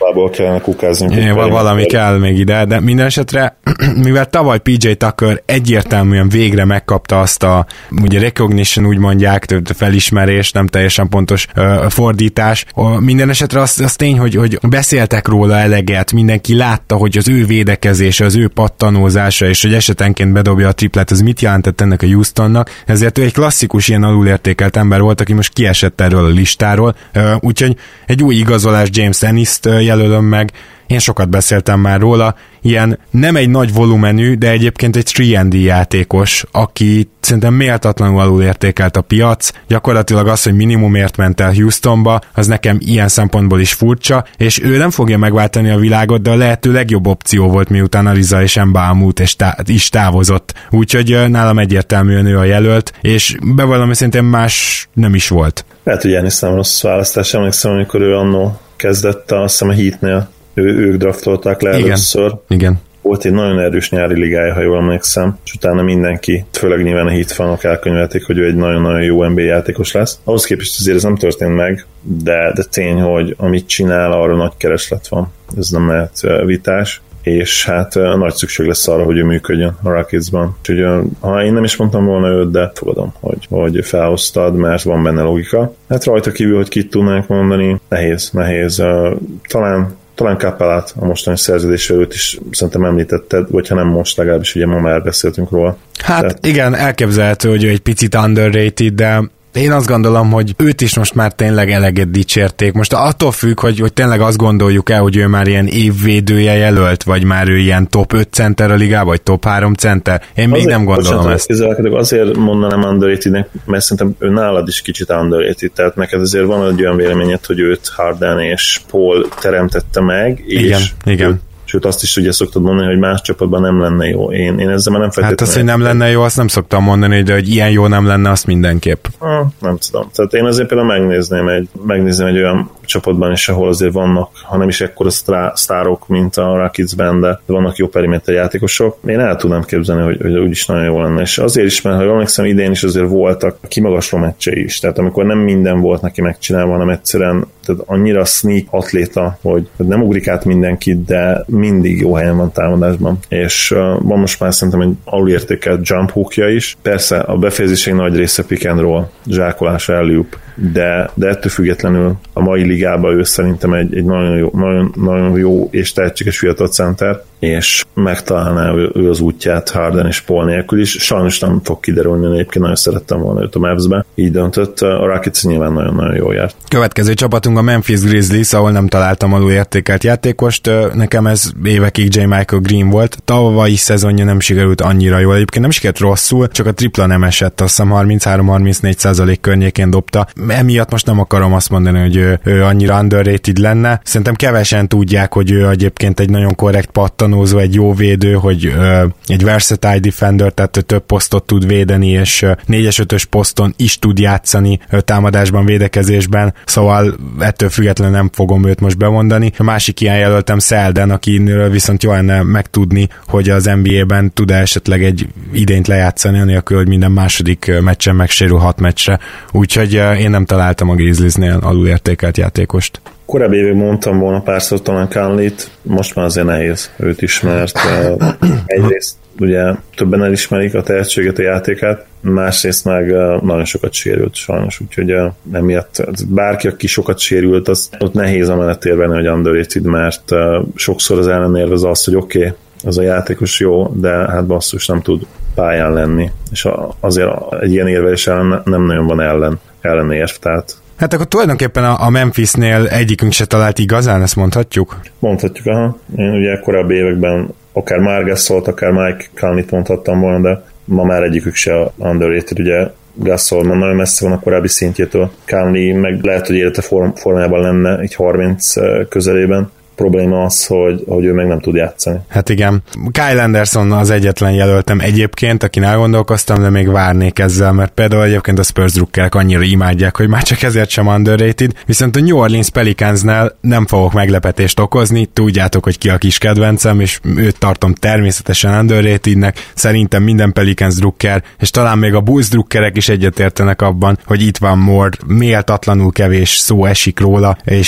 nullából kellene kukáznunk. É, valami kell még ide, de minden esetre, mivel tavaly pé jé Tucker egyértelműen végre megkapta azt a, ugye recognition úgy mondják, felismerés, nem teljesen pontos uh, fordítás. Uh, minden esetre az, az tény, hogy, hogy beszéltek róla eleget, mindenki látta, hogy az ő védekezése, az ő pattanózása, és hogy esetenként bedobja a triplet, az mit jelentett ennek a Houstonnak, ezért ő egy klasszikus ilyen alulértékelt ember volt, aki most kiesett erről a listáról, uh, úgyhogy egy új igazolás James Ennis-t uh, jelölöm meg. Én sokat beszéltem már róla, ilyen nem egy nagy volumenű, de egyébként egy három and D játékos, aki szerintem méltatlanul alul értékelt a piac, gyakorlatilag az, hogy minimumért ment el Houstonba, az nekem ilyen szempontból is furcsa, és ő nem fogja megváltani a világot, de a lehető legjobb opció volt, miután Ariza és Mbamut és tá- is távozott. Úgyhogy nálam egyértelműen ő a jelölt, és bevallom, szerintem más nem is volt. Lehet, hogy Giannis nem rossz választás, emlékszem, amikor ő annó kezdett, azt hiszem a Heatnél, ő, ők draftolták le először. Igen. Volt egy nagyon erős nyári ligája, ha jól emlékszem, és utána mindenki, főleg nyilván a Heat fanok elkönyvelték, hogy ő egy nagyon-nagyon jó en bé á játékos lesz. Ahhoz képest azért ez nem történt meg, de, de tény, hogy amit csinál, arra nagy kereslet van. Ez nem lehet vitás. És hát nagy szükség lesz arra, hogy ő működjön a Rocketsban. Úgyhogy ha én nem is mondtam volna őt, de fogadom, hogy, hogy felhoztad, mert van benne logika. Hát rajta kívül, hogy kit tudnánk mondani, nehéz, nehéz. Talán Talán Capellát a mostani szerződésre őt is szerintem említetted, vagy ha nem most, legalábbis ugye ma már beszéltünk róla. Hát de... igen, elképzelhető, hogy ő egy picit underrated, de én azt gondolom, hogy őt is most már tényleg eleget dicsérték. Most attól függ, hogy, hogy tényleg azt gondoljuk el, hogy ő már ilyen évvédője jelölt, vagy már ő ilyen top öt center a ligában, vagy top három center. Én azért, még nem gondolom bocsánat, ezt. Azért, azért mondanám underratednek, mert szerintem ő nálad is kicsit underrated, tehát neked azért van egy olyan véleményed, hogy őt Harden és Paul teremtette meg, igen, és igen. Sőt, azt is ugye szoktad mondani, hogy más csapatban nem lenne jó. Én, én ezzel már nem feltétlenül... Hát azt, hogy nem lenne jó, azt nem szoktam mondani, de hogy ilyen jó nem lenne, azt mindenképp. Ha, nem tudom. Tehát én azért például megnézném egy, megnézném egy olyan csapatban is, ahol azért vannak, ha nem is ekkora sztárok, mint a Rocketsben, de vannak jó periméter játékosok. Én el tudnám képzelni, hogy, hogy úgyis nagyon jó lenne. És azért is, mert ha jól emlékszem, idén is azért voltak kimagasló meccsei is. Tehát amikor nem minden volt neki megcsinálva, hanem egyszerűen tehát annyira sneak atléta, hogy nem ugrik át mindenkit, de mindig jó helyen van támadásban. És uh, van most már szerintem egy alulértékelt jump hookja is. Persze a befejezései nagy része pick and roll, zsákolás, alley-oop, de, de ettől függetlenül a mai ligában ő szerintem egy, egy nagyon, jó, nagyon, nagyon jó és tehetséges fiatal center, és megtalálná ő, ő az útját Harden és Paul nélkül is. Sajnos nem fog kiderülni, én egyébként nagyon szerettem volna őt a Mavs-be. Így döntött, a Rockets nyilván nagyon-nagyon jól járt. Következő csapatunk a Memphis Grizzlies, ahol nem találtam alul értékelt játékost. Nekem ez évekig J. Michael Green volt. Tavalyi szezonja nem sikerült annyira jól. Egyébként nem sikerült rosszul, csak a tripla nem esett. Azt hiszem harminchárom-harmincnégy százalék környékén dobta. Emiatt most nem akarom azt mondani, hogy ő, ő annyira underrated lenne. Szerintem kevesen tudják, hogy ő egyébként egy nagyon korrekt pattanózó, egy jó védő, hogy ö, egy versatile defender, tehát több posztot tud védeni, és négyes-ötös poszton is tud játszani ö, támadásban, védekezésben, szóval ettől függetlenül nem fogom őt most bemondani. A másik ilyen jelöltem Selden, akiről viszont jó lenne megtudni, hogy az en bé á-ben tud esetleg egy idényt lejátszani, anélkül, hogy minden második meccsen megsérül hat meccsre. Úgyhogy ö, én nem találtam a Grizzliesnél alulértékelt játékost. Korábbi évig mondtam volna párszor talán Conley-t, most már azért nehéz őt is, mert uh, egyrészt ugye többen elismerik a tehetséget, a játékát, másrészt meg uh, nagyon sokat sérült sajnos, úgyhogy uh, emiatt bárki, aki sokat sérült, az ott nehéz amellett érvelni, hogy underrated, mert uh, sokszor az ellenérv az az, hogy oké, okay, az a játékos jó, de hát basszus nem tud pályán lenni, és a, azért egy ilyen érvelés ellen nem nagyon van ellen, ellenérv, tehát hát akkor tulajdonképpen a Memphisnél egyikünk se talált igazán, ezt mondhatjuk? Mondhatjuk, aha. Én ugye korábbi években akár Marcus szólt, akár Mike Conley-t mondhattam volna, de ma már egyikük se underrated, ugye Gasol már nagyon messze van a korábbi szintjétől. Conley meg lehet, hogy élete form- formájában lenne, így harminc közelében. Probléma az, hogy, hogy ő meg nem tud játszani. Hát igen. Kyle Anderson az egyetlen jelöltem egyébként, akin elgondolkoztam, de még várnék ezzel, mert például egyébként a Spurs drukkerek annyira imádják, hogy már csak ezért sem underrated, viszont a New Orleans Pelicansnál nem fogok meglepetést okozni, tudjátok, hogy ki a kis kedvencem, és őt tartom természetesen underratednek, szerintem minden Pelicans drukker, és talán még a Bulls drukkerek is egyetértenek abban, hogy itt van Moore, méltatlanul kevés szó esik róla, és hogy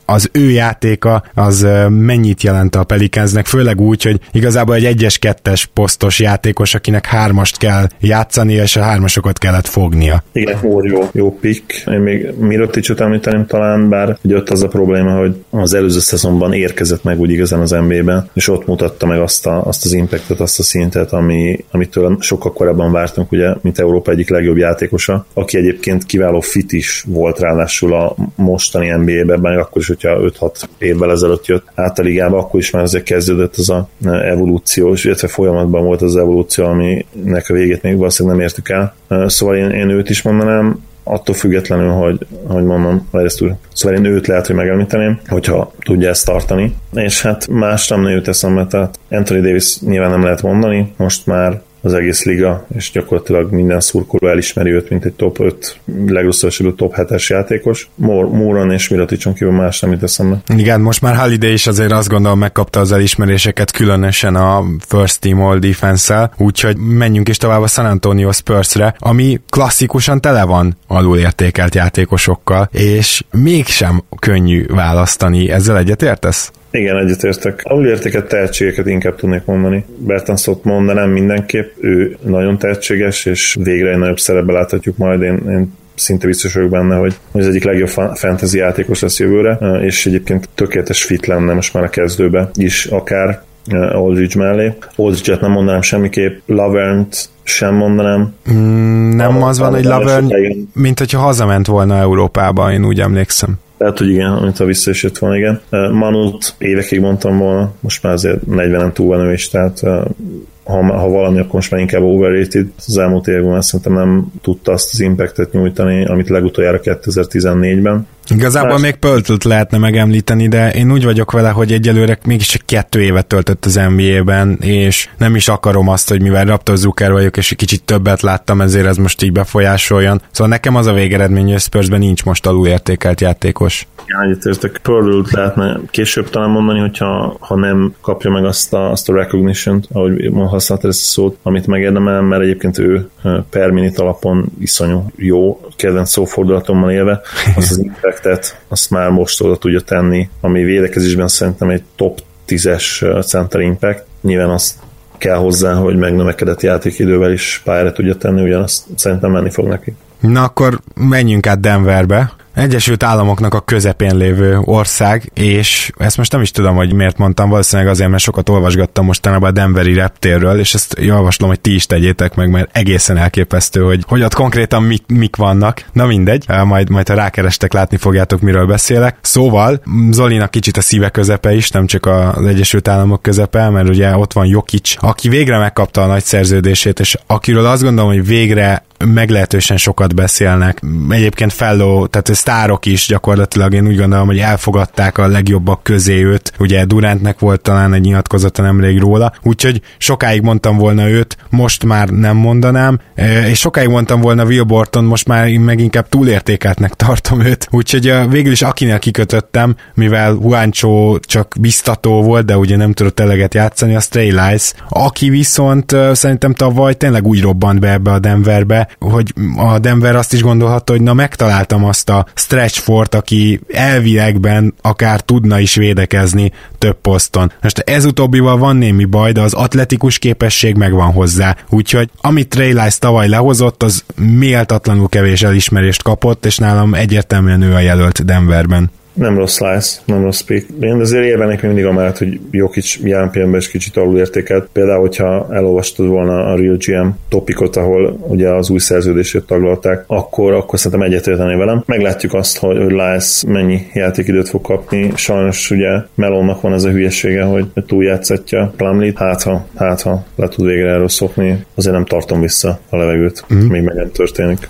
az ő játéka az mennyit jelent a Pelicansnek, főleg úgy, hogy igazából egy egyes-kettes posztos játékos, akinek hármast kell játszania, és a hármasokat kellett fognia. Igen, jó, jó pick. Én még Miroticsot említeném talán, bár ugye ott az a probléma, hogy az előző szezonban érkezett meg úgy igazán az en bé á-ben, és ott mutatta meg azt, a, azt az impactet, azt a szintet, ami, amitől sokkal korábban vártunk, ugye, mint Európa egyik legjobb játékosa, aki egyébként kiváló fit is volt ráadásul a mostani en bé á-ben, meg akkor is, hogyha öt-hat évvel ezelőtt jött át a ligába, akkor is már azért kezdődött az a evolúció, illetve folyamatban volt az evolúció, aminek a végét még valószínűleg nem értük el. Szóval én, én őt is mondanám, attól függetlenül, hogy, hogy mondom, vagy ezt úgy. Szóval én őt lehet, hogy megemlíteném, hogyha tudja ezt tartani. És hát más nem jut eszembe, tehát Anthony Davis nyilván nem lehet mondani, most már az egész liga, és gyakorlatilag minden szurkoló elismeri őt, mint egy top öt, legrosszabb esetben top hetes játékos. Mooran és Miroticson kívül más nem jut eszembe. Igen, most már Holiday is azért azt gondolom megkapta az elismeréseket, különösen a First Team All Defense-szel, úgyhogy menjünk is tovább a San Antonio Spursre, ami klasszikusan tele van alulértékelt játékosokkal, és mégsem könnyű választani. Ezzel egyetértesz? Igen, egyetértek. Alulértéket, tehetségeket inkább tudnék mondani. Bertansot mondanám mindenképp, ő nagyon tehetséges, és végre egy nagyobb szerepbe láthatjuk majd. Én, én szinte biztos vagyok benne, hogy az egyik legjobb fantasy játékos lesz jövőre, és egyébként tökéletes fit lenne most már a kezdőbe is, akár Aldridge mellé. Aldridge-et nem mondanám semmiképp, Lavernt sem mondanám. Mm, nem az van, hogy Laverne, mint hogyha hazament volna Európába, én úgy emlékszem. Lehet, hogy igen, amit ha vissza is jött volna, igen. Manut évekig mondtam volna, most már azért negyvenen túl van ő is, tehát ha, ha valami, akkor most már inkább overrated. Az elmúlt években már szerintem nem tudta azt az impactet nyújtani, amit legutoljára kétezer-tizennégyben. Igazából Más... még Pöltlt lehetne megemlíteni, de én úgy vagyok vele, hogy egyelőre mégis csak kettő évet töltött az en bé á-ben, és nem is akarom azt, hogy mivel Raptor Zucker vagyok, és egy kicsit többet láttam, ezért ez most így befolyásoljon. Szóval nekem az a végeredmény, hogy Spursben nincs most alulértékelt játékos. Ja, egyetértek. Pöltlt lehetne később talán mondani, hogyha ha nem kapja meg azt a, azt a recognition-t, ahogy használtad ezt a szót, amit megérdemel, mert egyébként ő per minute alapon iszonyú jó, kedvenc szófordulatommal élve, az az impactet, azt már most oda tudja tenni, ami védekezésben szerintem egy top tízes center impact. Nyilván azt kell hozzá, hogy megnövekedett játékidővel is pályára tudja tenni, ugyanazt szerintem menni fog neki. Na akkor menjünk át Denverbe. Egyesült Államoknak a közepén lévő ország, és ezt most nem is tudom, hogy miért mondtam, valószínűleg azért, mert sokat olvasgattam mostanában a Denveri reptérről, és ezt javaslom, hogy ti is tegyétek meg, mert egészen elképesztő, hogy, hogy ott konkrétan mik, mik vannak. Na mindegy, majd, majd ha rákerestek, látni fogjátok, miről beszélek. Szóval Zolinak kicsit a szíve közepe is, nem csak az Egyesült Államok közepe, mert ugye ott van Jokic, aki végre megkapta a nagy szerződését, és akiről azt gondolom, hogy végre meglehetősen sokat beszélnek. Egyébként Fellow, tehát sztárok is gyakorlatilag, én úgy gondolom, hogy elfogadták a legjobbak közé őt. Ugye Durantnek volt talán egy nyilatkozata nemrég róla, úgyhogy sokáig mondtam volna őt, most már nem mondanám, és sokáig mondtam volna Will Borton, most már meg inkább túlértékeltnek tartom őt. Úgyhogy végül is akinél kikötöttem, mivel Juancho csak biztató volt, de ugye nem tudott eleget játszani, a Trey Lyles, aki viszont szerintem tavaly tényleg úgy robbant be ebbe a Denverbe, hogy a Denver azt is gondolhatta, hogy na megtaláltam azt a stretch fort, aki elvilegben akár tudna is védekezni több poszton. Most ez utóbbival van némi baj, de az atletikus képesség megvan hozzá. Úgyhogy amit Trey Lyles tavaly lehozott, az méltatlanul kevés elismerést kapott, és nálam egyértelműen ő a jelölt Denverben. Nem rossz Lyles, nem rossz pick. Én azért érvenék mindig amellett, hogy Jokic jelen pillanatban is kicsit alulértékelt. Például, hogyha elolvastad volna a Real gé em topikot, ahol ugye az új szerződését taglalták, akkor, akkor szerintem egyetértené velem. Meglátjuk azt, hogy Lyles mennyi játékidőt fog kapni. Sajnos ugye Melonnak van ez a hülyesége, hogy túljátszatja Plumlee-t. Hát ha, hát ha le tud végre erről szokni, azért nem tartom vissza a levegőt, mm. még meg nem történik.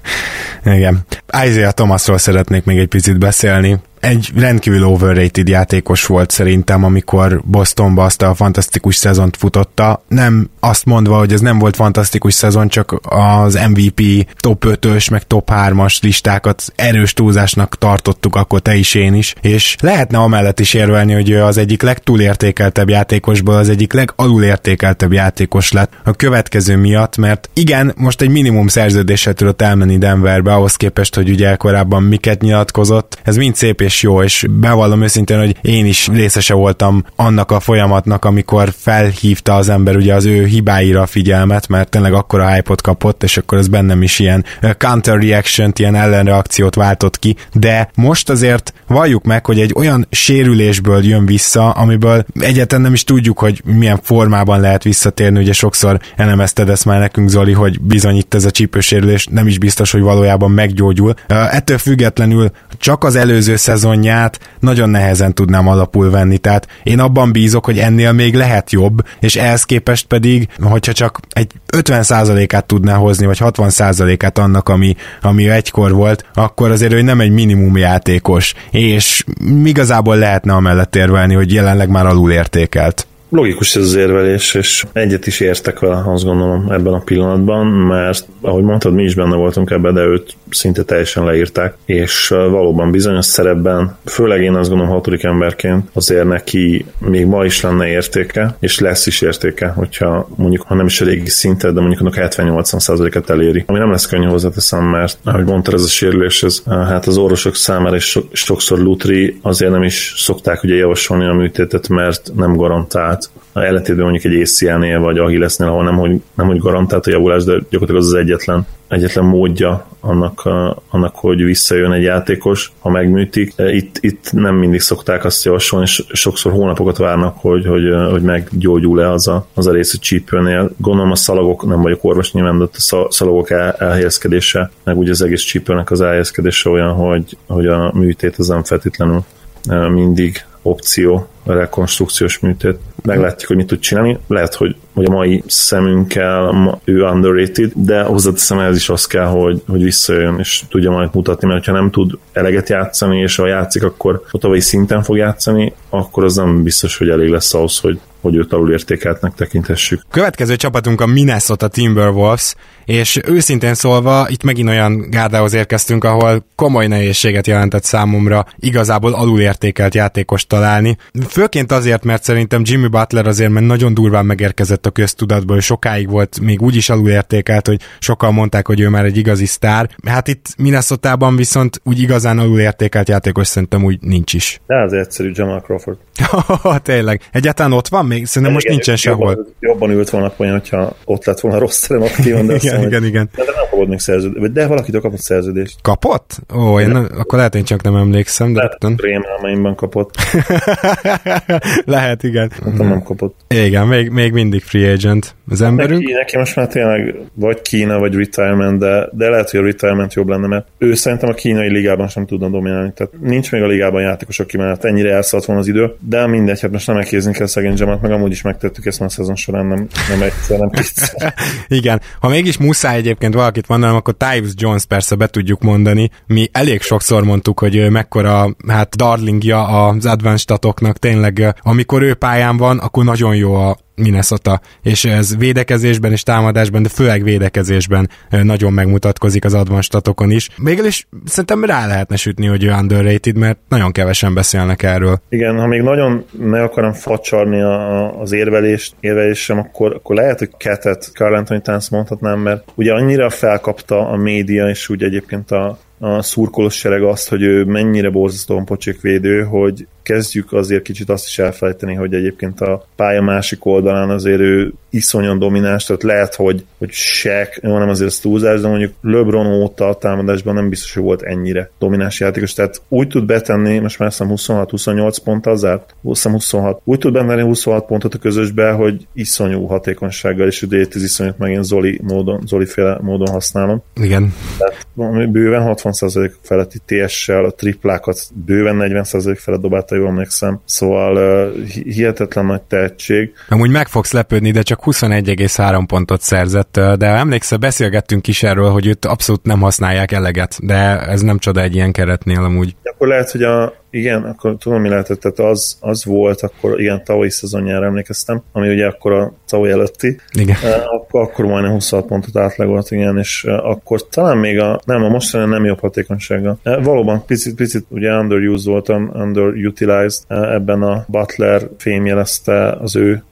Igen. Isaiah Thomasról szeretnék még egy picit beszélni. Egy rendkívül overrated játékos volt szerintem, amikor Bostonba azt a fantasztikus szezont futotta. Nem azt mondva, hogy ez nem volt fantasztikus szezon, csak az em vé pé top ötös, meg top hármas listákat erős túlzásnak tartottuk, akkor te is, én is. És lehetne amellett is érvelni, hogy ő az egyik legtúlértékeltebb játékosból az egyik legalulértékeltebb játékos lett a következő miatt, mert igen, most egy minimum szerződéssel tudott elmenni Denverbe, ahhoz képest, hogy ugye korábban miket nyilatkozott. Ez mind szép és és jó, és bevallom őszintén, hogy én is részese voltam annak a folyamatnak, amikor felhívta az ember ugye az ő hibáira a figyelmet, mert tényleg akkora hype-ot kapott, és akkor ez bennem is ilyen counter reaction-t, ilyen ellenreakciót váltott ki, de most azért valljuk meg, hogy egy olyan sérülésből jön vissza, amiből egyáltalán nem is tudjuk, hogy milyen formában lehet visszatérni, ugye sokszor elemezted ezt már nekünk, Zoli, hogy bizony itt ez a csípősérülés nem is biztos, hogy valójában meggyógyul. Ettől függetlenül csak az előző szezonját nagyon nehezen tudnám alapul venni, tehát én abban bízok, hogy ennél még lehet jobb, és ehhez képest pedig, hogyha csak egy ötven százalékát tudná hozni, vagy hatvan százalékát annak, ami, ami egykor volt, akkor azért ő nem egy minimum játékos, és igazából lehetne amellett érvelni, hogy jelenleg már alul értékelt. Logikus ez az érvelés, és egyet is értek vele, azt gondolom ebben a pillanatban, mert ahogy mondtad, mi is benne voltunk ebben, de őt szinte teljesen leírták, és valóban bizonyos szerepben, főleg én azt gondolom hatodik emberként, azért neki még ma is lenne értéke, és lesz is értéke, hogyha mondjuk, ha nem is a régi szintet, de mondjuk annak hetven-nyolcvan százalékot eléri. Ami nem lesz könnyű, hozzáteszem, mert ahogy mondtad, ez a sérülés, ez, hát az orvosok számára is so, sokszor lútri, azért nem is szokták ugye javasolni a műtétet, mert nem garantált. Ellentétben mondjuk egy á cé el-nél vagy Achillesnél, ahol nem hogy, nem hogy garantált a javulás, de gyakorlatilag az az egyetlen, egyetlen módja annak, annak, hogy visszajön egy játékos, ha megműtik. Itt, itt nem mindig szokták azt javasolni, és sokszor hónapokat várnak, hogy, hogy, hogy meggyógyul-e az a, az a rész a csípőnél. Gondolom a szalagok, nem vagyok orvos nyilván, de a szalagok el, elhelyezkedése, meg ugye az egész csípőnek az elhelyezkedése olyan, hogy, hogy a műtét az nem feltétlenül mindig opció, a rekonstrukciós műtét. Meglátjuk, hogy mit tud csinálni. Lehet, hogy, hogy a mai szemünkkel ő underrated, de hozzáteszem, ehhez is az kell, hogy, hogy visszajön, és tudja majd mutatni, mert ha nem tud eleget játszani, és ha játszik, akkor a tavalyi szinten fog játszani, akkor az nem biztos, hogy elég lesz ahhoz, hogy hogy őt alulértékeltnek tekintessük. Következő csapatunk a Minnesota Timberwolves, és őszintén szólva, itt megint olyan gárdához érkeztünk, ahol komoly nehézséget jelentett számomra igazából alulértékelt játékost találni. Főként azért, mert szerintem Jimmy Butler azért, mert nagyon durván megérkezett a köztudatból, sokáig volt még úgy is alulértékelt, hogy sokan mondták, hogy ő már egy igazi sztár. Hát itt Minnesotában viszont úgy igazán alulértékelt játékos szerintem úgy nincs is. De az egyszerű Jamal Crawford. Tényleg. Egyáltalán ott van még? Szerintem most nincsen sehol. Jobban, jobban ült volna olyan, hogyha ott lett volna rossz terem aktívan, de igen, aztán, igen, igen. De nem kapott még szerződést. De valakitől kapott szerződést. Kapott? Ó, én nem, akkor lehet, én csak nem emlékszem. De lehet, rémálmaimban kapott. Lehet, igen. Mondtam, nem kapott. Igen, még, még mindig free agent az emberünk. Neki, neki most már tényleg vagy Kína, vagy retirement, de, de lehet, hogy a retirement jobb lenne, mert ő szerintem a kínai ligában sem tudna dominálni. Tehát nincs még a ligában játékos, aki már ennyire elszállt volna az idő, de mindegy, hát most nem elkézni kell szegény Jamat, meg amúgy is megtettük ezt már a szezon során, nem, nem egyszer, nem kétszer. Igen, ha mégis muszáj egyébként valakit mondanom, akkor Tyus Jones persze be tudjuk mondani. Mi elég sokszor mondtuk, hogy ő mekkora hát darlingja az advanced statoknak, tényleg amikor ő pályán van, akkor nagyon jó a Minnesota, és ez védekezésben és támadásban, de főleg védekezésben nagyon megmutatkozik az advanced statokon is. Mégis szerintem rá lehetne sütni, hogy ő underrated, mert nagyon kevesen beszélnek erről. Igen, ha még nagyon meg akarom facsarni a, az érvelést, érvelésem, akkor, akkor lehet, hogy Ketet, Karl Anthony Towns mondhatnám, mert ugye annyira felkapta a média, és úgy egyébként a a szurkolós sereg azt, hogy ő mennyire borzasztóan pocsékvédő, hogy kezdjük azért kicsit azt is elfelejteni, hogy egyébként a pálya másik oldalán azért ő iszonyan domináns, tehát lehet, hogy, hogy Shaq, nem azért ez túlzás, de mondjuk LeBron óta a támadásban nem biztos, hogy volt ennyire domináns játékos, tehát úgy tud betenni, most már hiszem huszonhat-huszonnyolc ponttal zárt, hiszem huszonhat, úgy tud betenni huszonhat pontot a közösbe, hogy iszonyú hatékonysággal, és ugye itt az iszonyat megint Zoli módon, Zoli féle módon használom. Igen. Tehát bőven hatvan százalék feletti té es-sel, a triplákat bőven negyven százalék felett dobálta, jól emlékszem. Szóval uh, hihetetlen nagy tehetség. Amúgy meg fogsz lepődni, de csak huszonegy egész három pontot szerzett, de emlékszel, beszélgettünk is erről, hogy őt abszolút nem használják eleget, de ez nem csoda egy ilyen keretnél amúgy. De akkor lehet, hogy a igen, akkor tudom, mi lehetett, tehát az, az volt, akkor igen, tavalyi szezonjára emlékeztem, ami ugye akkor a tavaly előtti. Igen. Akkor, akkor majdnem huszonhat pontot átlagolt, igen, és akkor talán még a, nem, a mostani nem jobb hatékonysággal. Valóban picit, picit ugye underused voltam, underutilized, ebben a Butler fém jelezte az ő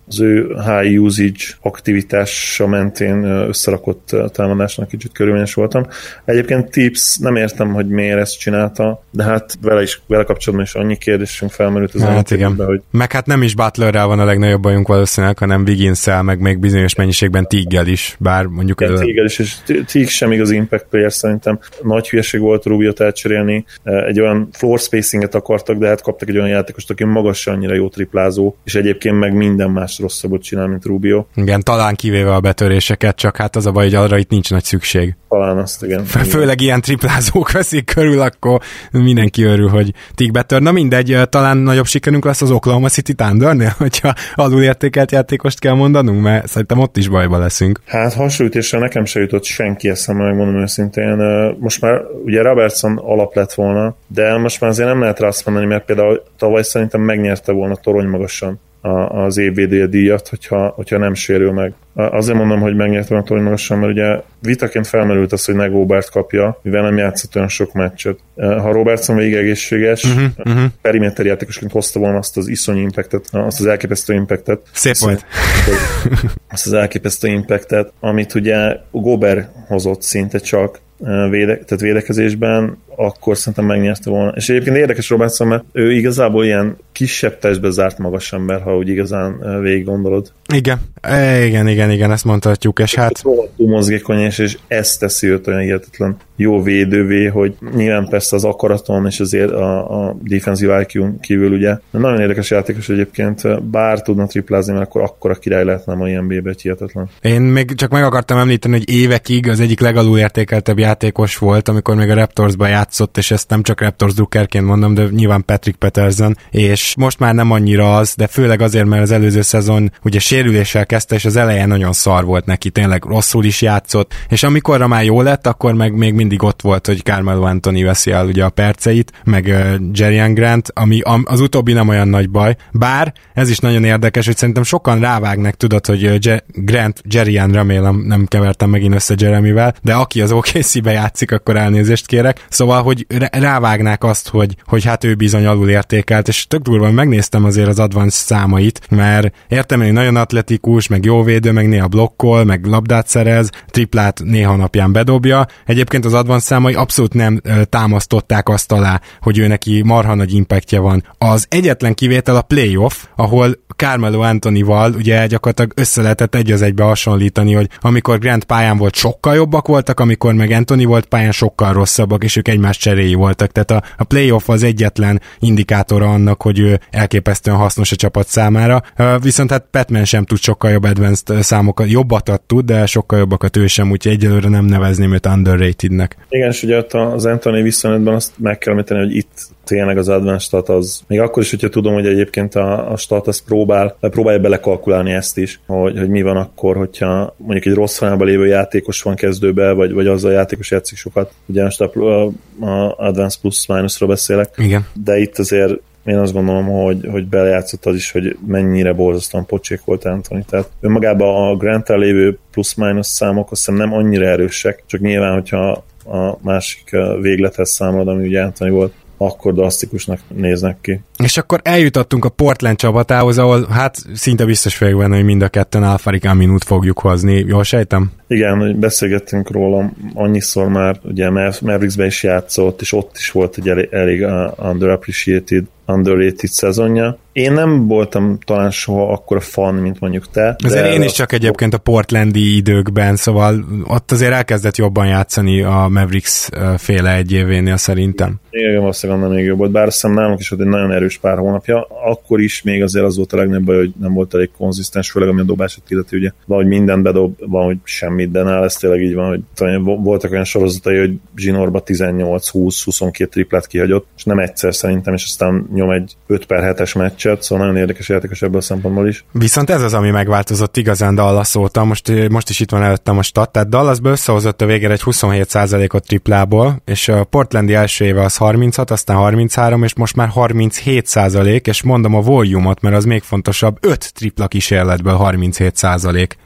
az ő high usage aktivitása mentén összerakott támadásnak kicsit körülményes voltam. Egyébként Tips, nem értem, hogy miért ezt csinálta, de hát vele is, vele kapcsolatban is annyi kérdésünk felmerült az hát igen. Hogy... Meg hát nem is Butlerrel van a legnagyobb bajunk valószínűleg, hanem Wigginsszel, meg még bizonyos mennyiségben Teague-gel is, bár mondjuk... Igen, Teague-gel is, és Teague sem igaz impact player szerintem. Nagy hülyeség volt Rubiot elcserélni, egy olyan floor spacinget akartak, de hát kaptak egy olyan játékost, aki magas annyira jó triplázó, és egyébként meg minden más rosszabbot csinál, mint Rubio. Igen, talán kivéve a betöréseket, csak hát az a baj, hogy arra itt nincs nagy szükség. Talán azt, igen. Főleg ilyen triplázók veszik körül, akkor mindenki örül, hogy Teague betör. Na mindegy, talán nagyobb sikerünk lesz az Oklahoma City Thundernél, hogyha alulértékelt játékost kell mondanunk, mert szerintem ott is bajba leszünk. Hát hasonlítésre nekem se jutott senki eszembe, megmondom őszintén. Most már ugye Robertson alap lett volna, de most már azért nem lehet rá azt mondani, mert például tavaly szerintem megnyerte volna torony magasan az évvédője díjat, hogyha, hogyha nem sérül meg. Azért mondom, hogy megnyertem a torony magasan, mert ugye vitaként felmerült az, hogy ne Gobert kapja, mivel nem játszott olyan sok meccset. Ha Robertson végig egészséges, uh-huh, uh-huh. periméter játékosként hozta volna azt az iszonyú impactet, azt az elképesztő impactet. Szép volt. Azt az elképesztő impactet, amit ugye Gobert hozott szinte csak, Véde, tehát védekezésben, akkor szerintem megnyerte volna. És egyébként érdekes Robertson, mert ő igazából ilyen kisebb testbe zárt magas ember, ha úgy igazán végig gondolod. Igen, igen, igen, igen, ezt mondhatjuk, és hát... Rohadtul mozgékony, és, és ezt teszi őt olyan hihetetlen jó védővé, hogy nyilván persze az akaraton és azért a, a defensive í kú-n kívül ugye. Nagyon érdekes játékos egyébként, bár tudna triplázni, mert akkor akkora király lehetne a en bé-be, hihetetlen. Én még csak meg akartam említeni, hogy évekig az egyik legalul értékeltebb játékos volt, amikor még a Raptorsban játszott, és ezt nem csak Raptors drukkerként mondom, de nyilván Patrick Patterson, és most már nem annyira az, de főleg azért, mert az előző szezon ugye sérüléssel kezdte, és az elején nagyon szar volt neki, tényleg rosszul is játszott, és amikorra már jó lett, akkor meg még mindig ott volt, hogy Carmelo Anthony veszi el ugye a perceit, meg uh, Jerian Grant, ami az utóbbi nem olyan nagy baj, bár ez is nagyon érdekes, hogy szerintem sokan rávágnak, tudod, hogy uh, Grant, Jerian, remélem nem kevertem megint össze Jeremyvel, de aki az o ká cé-be játszik, akkor elnézést kérek, szóval, hogy rávágnák azt, hogy, hogy hát ő bizony alul értékelt, és tök durva, megnéztem azért az advanced számait, mert értem, hogy nagyon atletikus, meg jó védő, meg néha blokkol, meg labdát szerez, triplát néha napján bedobja. Egyébként az advanced számai abszolút nem ö, támasztották azt alá, hogy ő neki marha nagy impactja van. Az egyetlen kivétel a playoff, ahol Carmelo Anthony-val ugye gyakorlatilag össze lehetett egy az egybe hasonlítani, hogy amikor Grant pályán volt, sokkal jobbak voltak, amikor meg Anthony volt pályán, sokkal rosszabbak, és ők egymás cseréi voltak. Tehát a, a playoff az egyetlen indikátora annak, hogy ő elképesztően hasznos a csapat számára. Uh, viszont hát Patman sem tud sokkal jobb advanced számokat, jobbat tud, de sokkal jobbakat ő sem, úgyhogy egyelőre nem nevezném őt underratednek. Igen, és ugye az Anthony viszonylatban azt meg kell említeni, hogy itt tényleg az advanced stat az, még akkor is, hogyha tudom, hogy egyébként a, a stat az próbál, próbálja belekalkulálni ezt is, hogy, hogy mi van akkor, hogyha mondjuk egy rossz formában lévő játékos van kezdőbe, vagy, vagy az a játékos játszik sokat. Ugye most a, a, a advanced plus-minusról beszélek. Igen. De itt azért én azt gondolom, hogy, hogy belejátszott az is, hogy mennyire borzasztóan pocsék volt Anthony. Tehát önmagában a Grant-tel lévő plusz-minus számok azt hiszem nem annyira erősek, csak nyilván, hogyha a másik véglethez számolod, ami ugye Anthony volt, akkor drasztikusnak néznek ki. És akkor eljutottunk a Portland csapatához, ahol hát szinte biztos vagyok benne, hogy mind a ketten Al-Farouq Aminut fogjuk hozni. Jól sejtem? Igen, beszélgettünk róla annyiszor már, ugye Mavericksben is játszott, és ott is volt egy elég, elég underappreciated, underrated szezonja. Én nem voltam talán soha akkora fan, mint mondjuk te. Azért én is csak egyébként a portlandi időkben, szóval ott azért elkezdett jobban játszani a Mavericks féle egy événél szerintem. Igen, valószínűleg nem még jobb volt, bár azt hiszem nálunk is volt egy nagyon erős pár hónapja, akkor is még azért az volt a legnagyobb baj, hogy nem volt elég konzisztens, főleg ami a dobását illeti, ugye valahogy mindent bedob, valahogy semmit, de nál ez tényleg így van, hogy talán voltak olyan sorozatai, hogy zsinórba tizennyolc húsz huszonkettő triplát kihagyott, és nem egyszer szerintem, és aztán nyom egy öt per hetes meccset, szóval nagyon érdekes játékos ebből a szempontból is. Viszont ez az, ami megváltozott igazán Dallas óta, most, most is itt van előttem a stat, tehát Dallasből összehozott a végére egy huszonhét százalékot triplából, és a Portlandi első éve az harminchat, aztán harminchárom, és most már harminchét százalék, és mondom a volume-ot, mert az még fontosabb, öt tripla kísérletből harminchét százalék.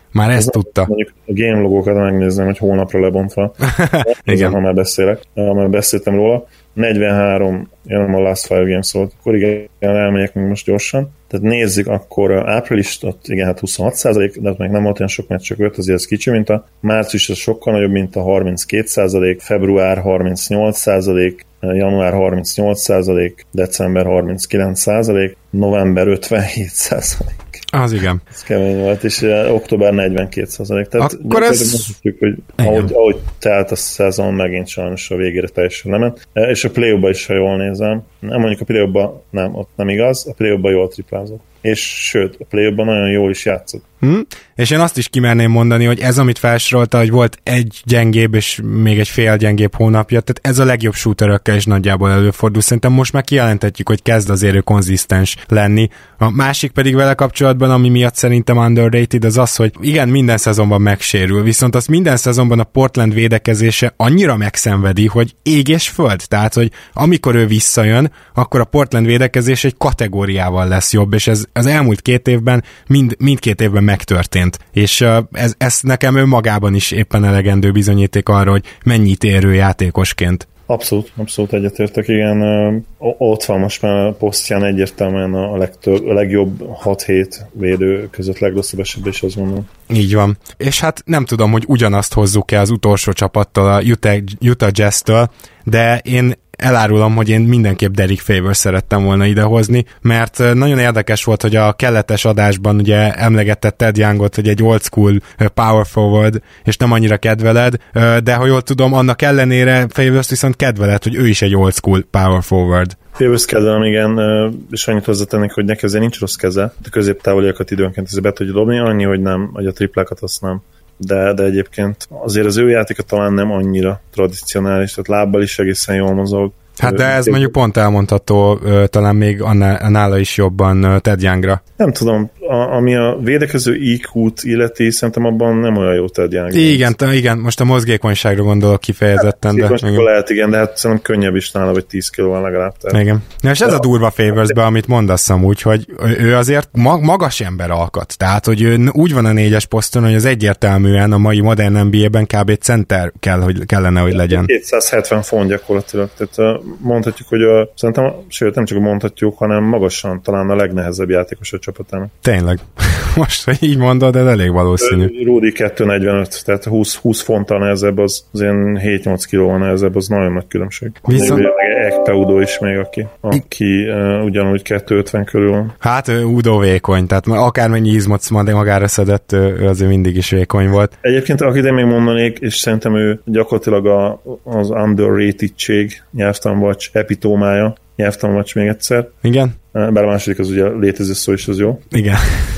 Már ezt tudta. Mondjuk a game logókat megnézném, hogy hónapra lebontva. Igen. Ha már beszélek, ha már beszéltem róla. negyvenhárom, jön a Last Five Games volt, akkor igen, elmegyek még most gyorsan. Tehát nézzük, akkor április, ott igen, hát huszonhat százalék, de ott meg nem volt olyan sok meccs, csak öt, azért ez kicsi, mint a március, az sokkal nagyobb, mint a harminckét százalék, február harmincnyolc százalék, január harmincnyolc százalék, december harminckilenc százalék, november ötvenhét százalék. Az igen. Ez kemény volt, és uh, október negyvenkét százalék. Tehát akkor ez... mondhatjuk, hogy ahogy, ahogy telt a szezon, megint sajnos a végére teljesen lement. Uh, és a play-offba is, ha jól nézem, nem mondjuk a play-offba, nem, ott nem igaz, a play-offba jól triplázott. És sőt, a play-offban nagyon jól is játszott. Hmm. És én azt is kimerném mondani, hogy ez, amit felsorolta, hogy volt egy gyengébb és még egy fél gyengébb hónapja, tehát ez a legjobb shooterökkel is nagyjából előfordul. Szerintem most már kijelentetjük, hogy kezd azért ő konzisztens lenni. A másik pedig vele kapcsolatban, ami miatt szerintem underrated, az az, hogy igen, minden szezonban megsérül, viszont az minden szezonban a Portland védekezése annyira megszenvedi, hogy ég és föld. Tehát, hogy amikor ő visszajön, akkor a Portland védekezés egy kategóriával lesz jobb, és ez az elmúlt két évben mind, mindkét évben megtörtént. És ez, ez nekem önmagában is éppen elegendő bizonyíték arra, hogy mennyit érő játékosként. Abszolút, abszolút egyetértek, igen. Ott van most már a posztján egyértelműen a, legtöbb, a legjobb hat-hét védő között legrosszabb esetben is, azt mondom. Így van. És hát nem tudom, hogy ugyanazt hozzuk-e az utolsó csapattól, a Utah, Utah Jazz-től, de én elárulom, hogy én mindenképp Derek Favors szerettem volna idehozni, mert nagyon érdekes volt, hogy a kelletes adásban ugye emlegetett Ted Youngot, hogy egy old school power forward, és nem annyira kedveled, de ha jól tudom, annak ellenére Favors viszont kedveled, hogy ő is egy old school power forward. Favors kedvelem, igen, és annyit hozzátennék, hogy neki azért nincs rossz keze, a középtávoliakat időnként azért be tudja dobni, annyi, hogy nem, hogy a triplákat azt nem. De, de egyébként azért az ő játéka talán nem annyira tradicionális, tehát lábbal is egészen jól mozog. Hát de ez mondjuk pont elmondható, talán még annál, nála is jobban Ted Youngra. Nem tudom, a, ami a védekező í kút illeti, szerintem abban nem olyan jó Ted Young. Igen, t- igen, most a mozgékonyságra gondolok kifejezetten. Hát, de lehet, igen, de hát szerintem könnyebb is nála, vagy tíz kilóval legalább. Tehát. Igen. Na és ez a durva Favorsbe, amit mondasz amúgy, hogy ő azért magas ember alkat. Tehát, hogy ő úgy van a négyes poszton, hogy az egyértelműen a mai modern en bé á-ben kb. Center kell, hogy kellene, hogy legyen. kétszázhetven font gyakorlatilag. Tehát mondhatjuk, hogy a, szerintem, sőt, nem csak mondhatjuk, hanem magasan talán a legnehezebb játékos a csapatának. Tényleg. Most, hogy így mondod, ez elég valószínű. Rudy kettőszáznegyvenöt, tehát húsz, húsz fonttal nehezebb, az, az ilyen hét-nyolc kilóval nehezebb, az nagyon nagy különbség. Viszont... Ekpe Udo is még, aki, aki uh, ugyanúgy kettőszázötven körül van. Hát Udo vékony, tehát akármennyi izmot magára szedett, ő azért mindig is vékony volt. Egyébként, akit én még mondanék, és szerintem ő gyakorlatilag a, az underratedség nyelvtanvacs epitómája, nyelvtanvacs még egyszer. Igen. Bár a második az ugye létező szó is, az jó. Igen.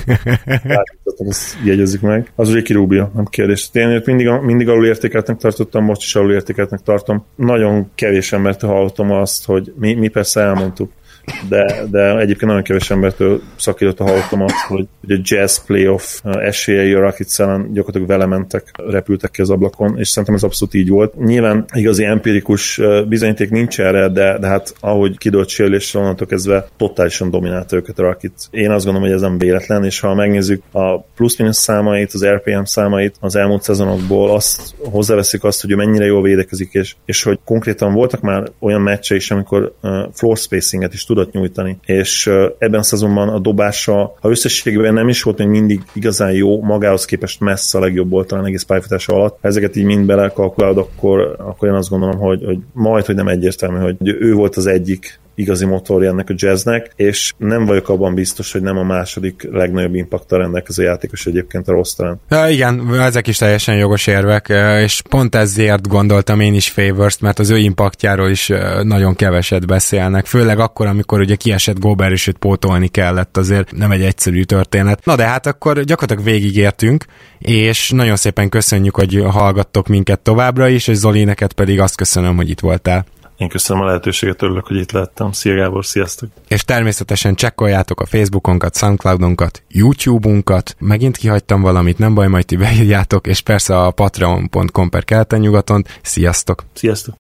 Látjátok, ezt jegyezzük meg. Az ugye Rubio, nem kérdés. Én mindig, mindig alul értékeltnek tartottam, most is alul értékeltnek tartom. Nagyon kevés embertől hallottam azt, hogy mi, mi persze elmondtuk, de, de egyébként nagyon kevés embertől szakítottól hallottam azt, hogy, hogy a Jazz playoff esélyei a Rockets ellen gyakorlatilag vele mentek, repültek ki az ablakon, és szerintem ez abszolút így volt. Nyilván igazi empirikus bizonyíték nincs erre, de, de hát ahogy kidőlt sérülésre onnantól kezdve totálisan dominálta őket a Rockets. Én azt gondolom, hogy ez nem véletlen, és ha megnézzük a plusz-minusz számait, az er pé em számait az elmúlt szezonokból, azt hozzáveszik azt, hogy ő mennyire jól védekezik, és, és hogy konkrétan voltak már olyan meccsei is, amikor uh, floor spacinget is tudott nyújtani, és uh, ebben a szezonban a dobása, ha összességében nem is volt még mindig igazán jó, magához képest messze a legjobb volt talán egész pályafutása alatt. Ha ezeket így mind belekalkulálod, akkor, akkor én azt gondolom, hogy, hogy majd, hogy nem egyértelmű, hogy ő volt az egyik igazi motorja ennek a Jazznek, és nem vagyok abban biztos, hogy nem a második legnagyobb impacttal rendelkező játékos egyébként a rosteren. Ja, igen, ezek is teljesen jogos érvek, és pont ezért gondoltam én is Favors-t, mert az ő impaktjáról is nagyon keveset beszélnek, főleg akkor, amikor ugye kiesett Gobert, és őt pótolni kellett, azért nem egy egyszerű történet. Na de hát akkor gyakorlatilag végigértünk, és nagyon szépen köszönjük, hogy hallgattok minket továbbra is, és Zoli, neked pedig azt köszönöm, hogy itt voltál. Én köszönöm a lehetőséget, örülök, hogy itt lettem. Szia Gábor, sziasztok! És természetesen csekkoljátok a Facebookonkat, Soundcloudunkat, YouTube-unkat, megint kihagytam valamit, nem baj, majd ti beírjátok, és persze a patreon pont com per keleten nyugaton. Sziasztok! Sziasztok!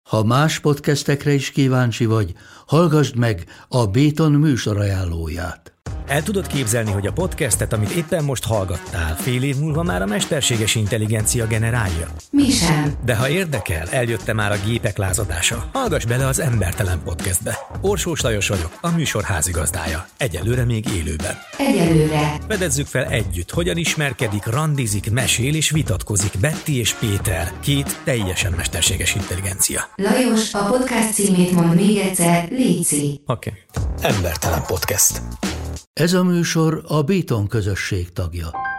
Ha más podcastekre is kíváncsi vagy, hallgassd meg a Béton műsor ajánlóját. El tudod képzelni, hogy a podcastet, amit éppen most hallgattál, fél év múlva már a mesterséges intelligencia generálja? Mi sem. De ha érdekel, eljötte már a gépek lázadása. Hallgass bele az Embertelen Podcastbe. Orsós Lajos vagyok, a műsor házigazdája. Egyelőre még élőben. Egyelőre. Fedezzük fel együtt, hogyan ismerkedik, randizik, mesél és vitatkozik Betty és Péter, két teljesen mesterséges intelligencia. Lajos, a podcast címét mond még egyszer, léci. Oké. Okay. Embertelen Podcast. Ez a műsor a Béton közösség tagja.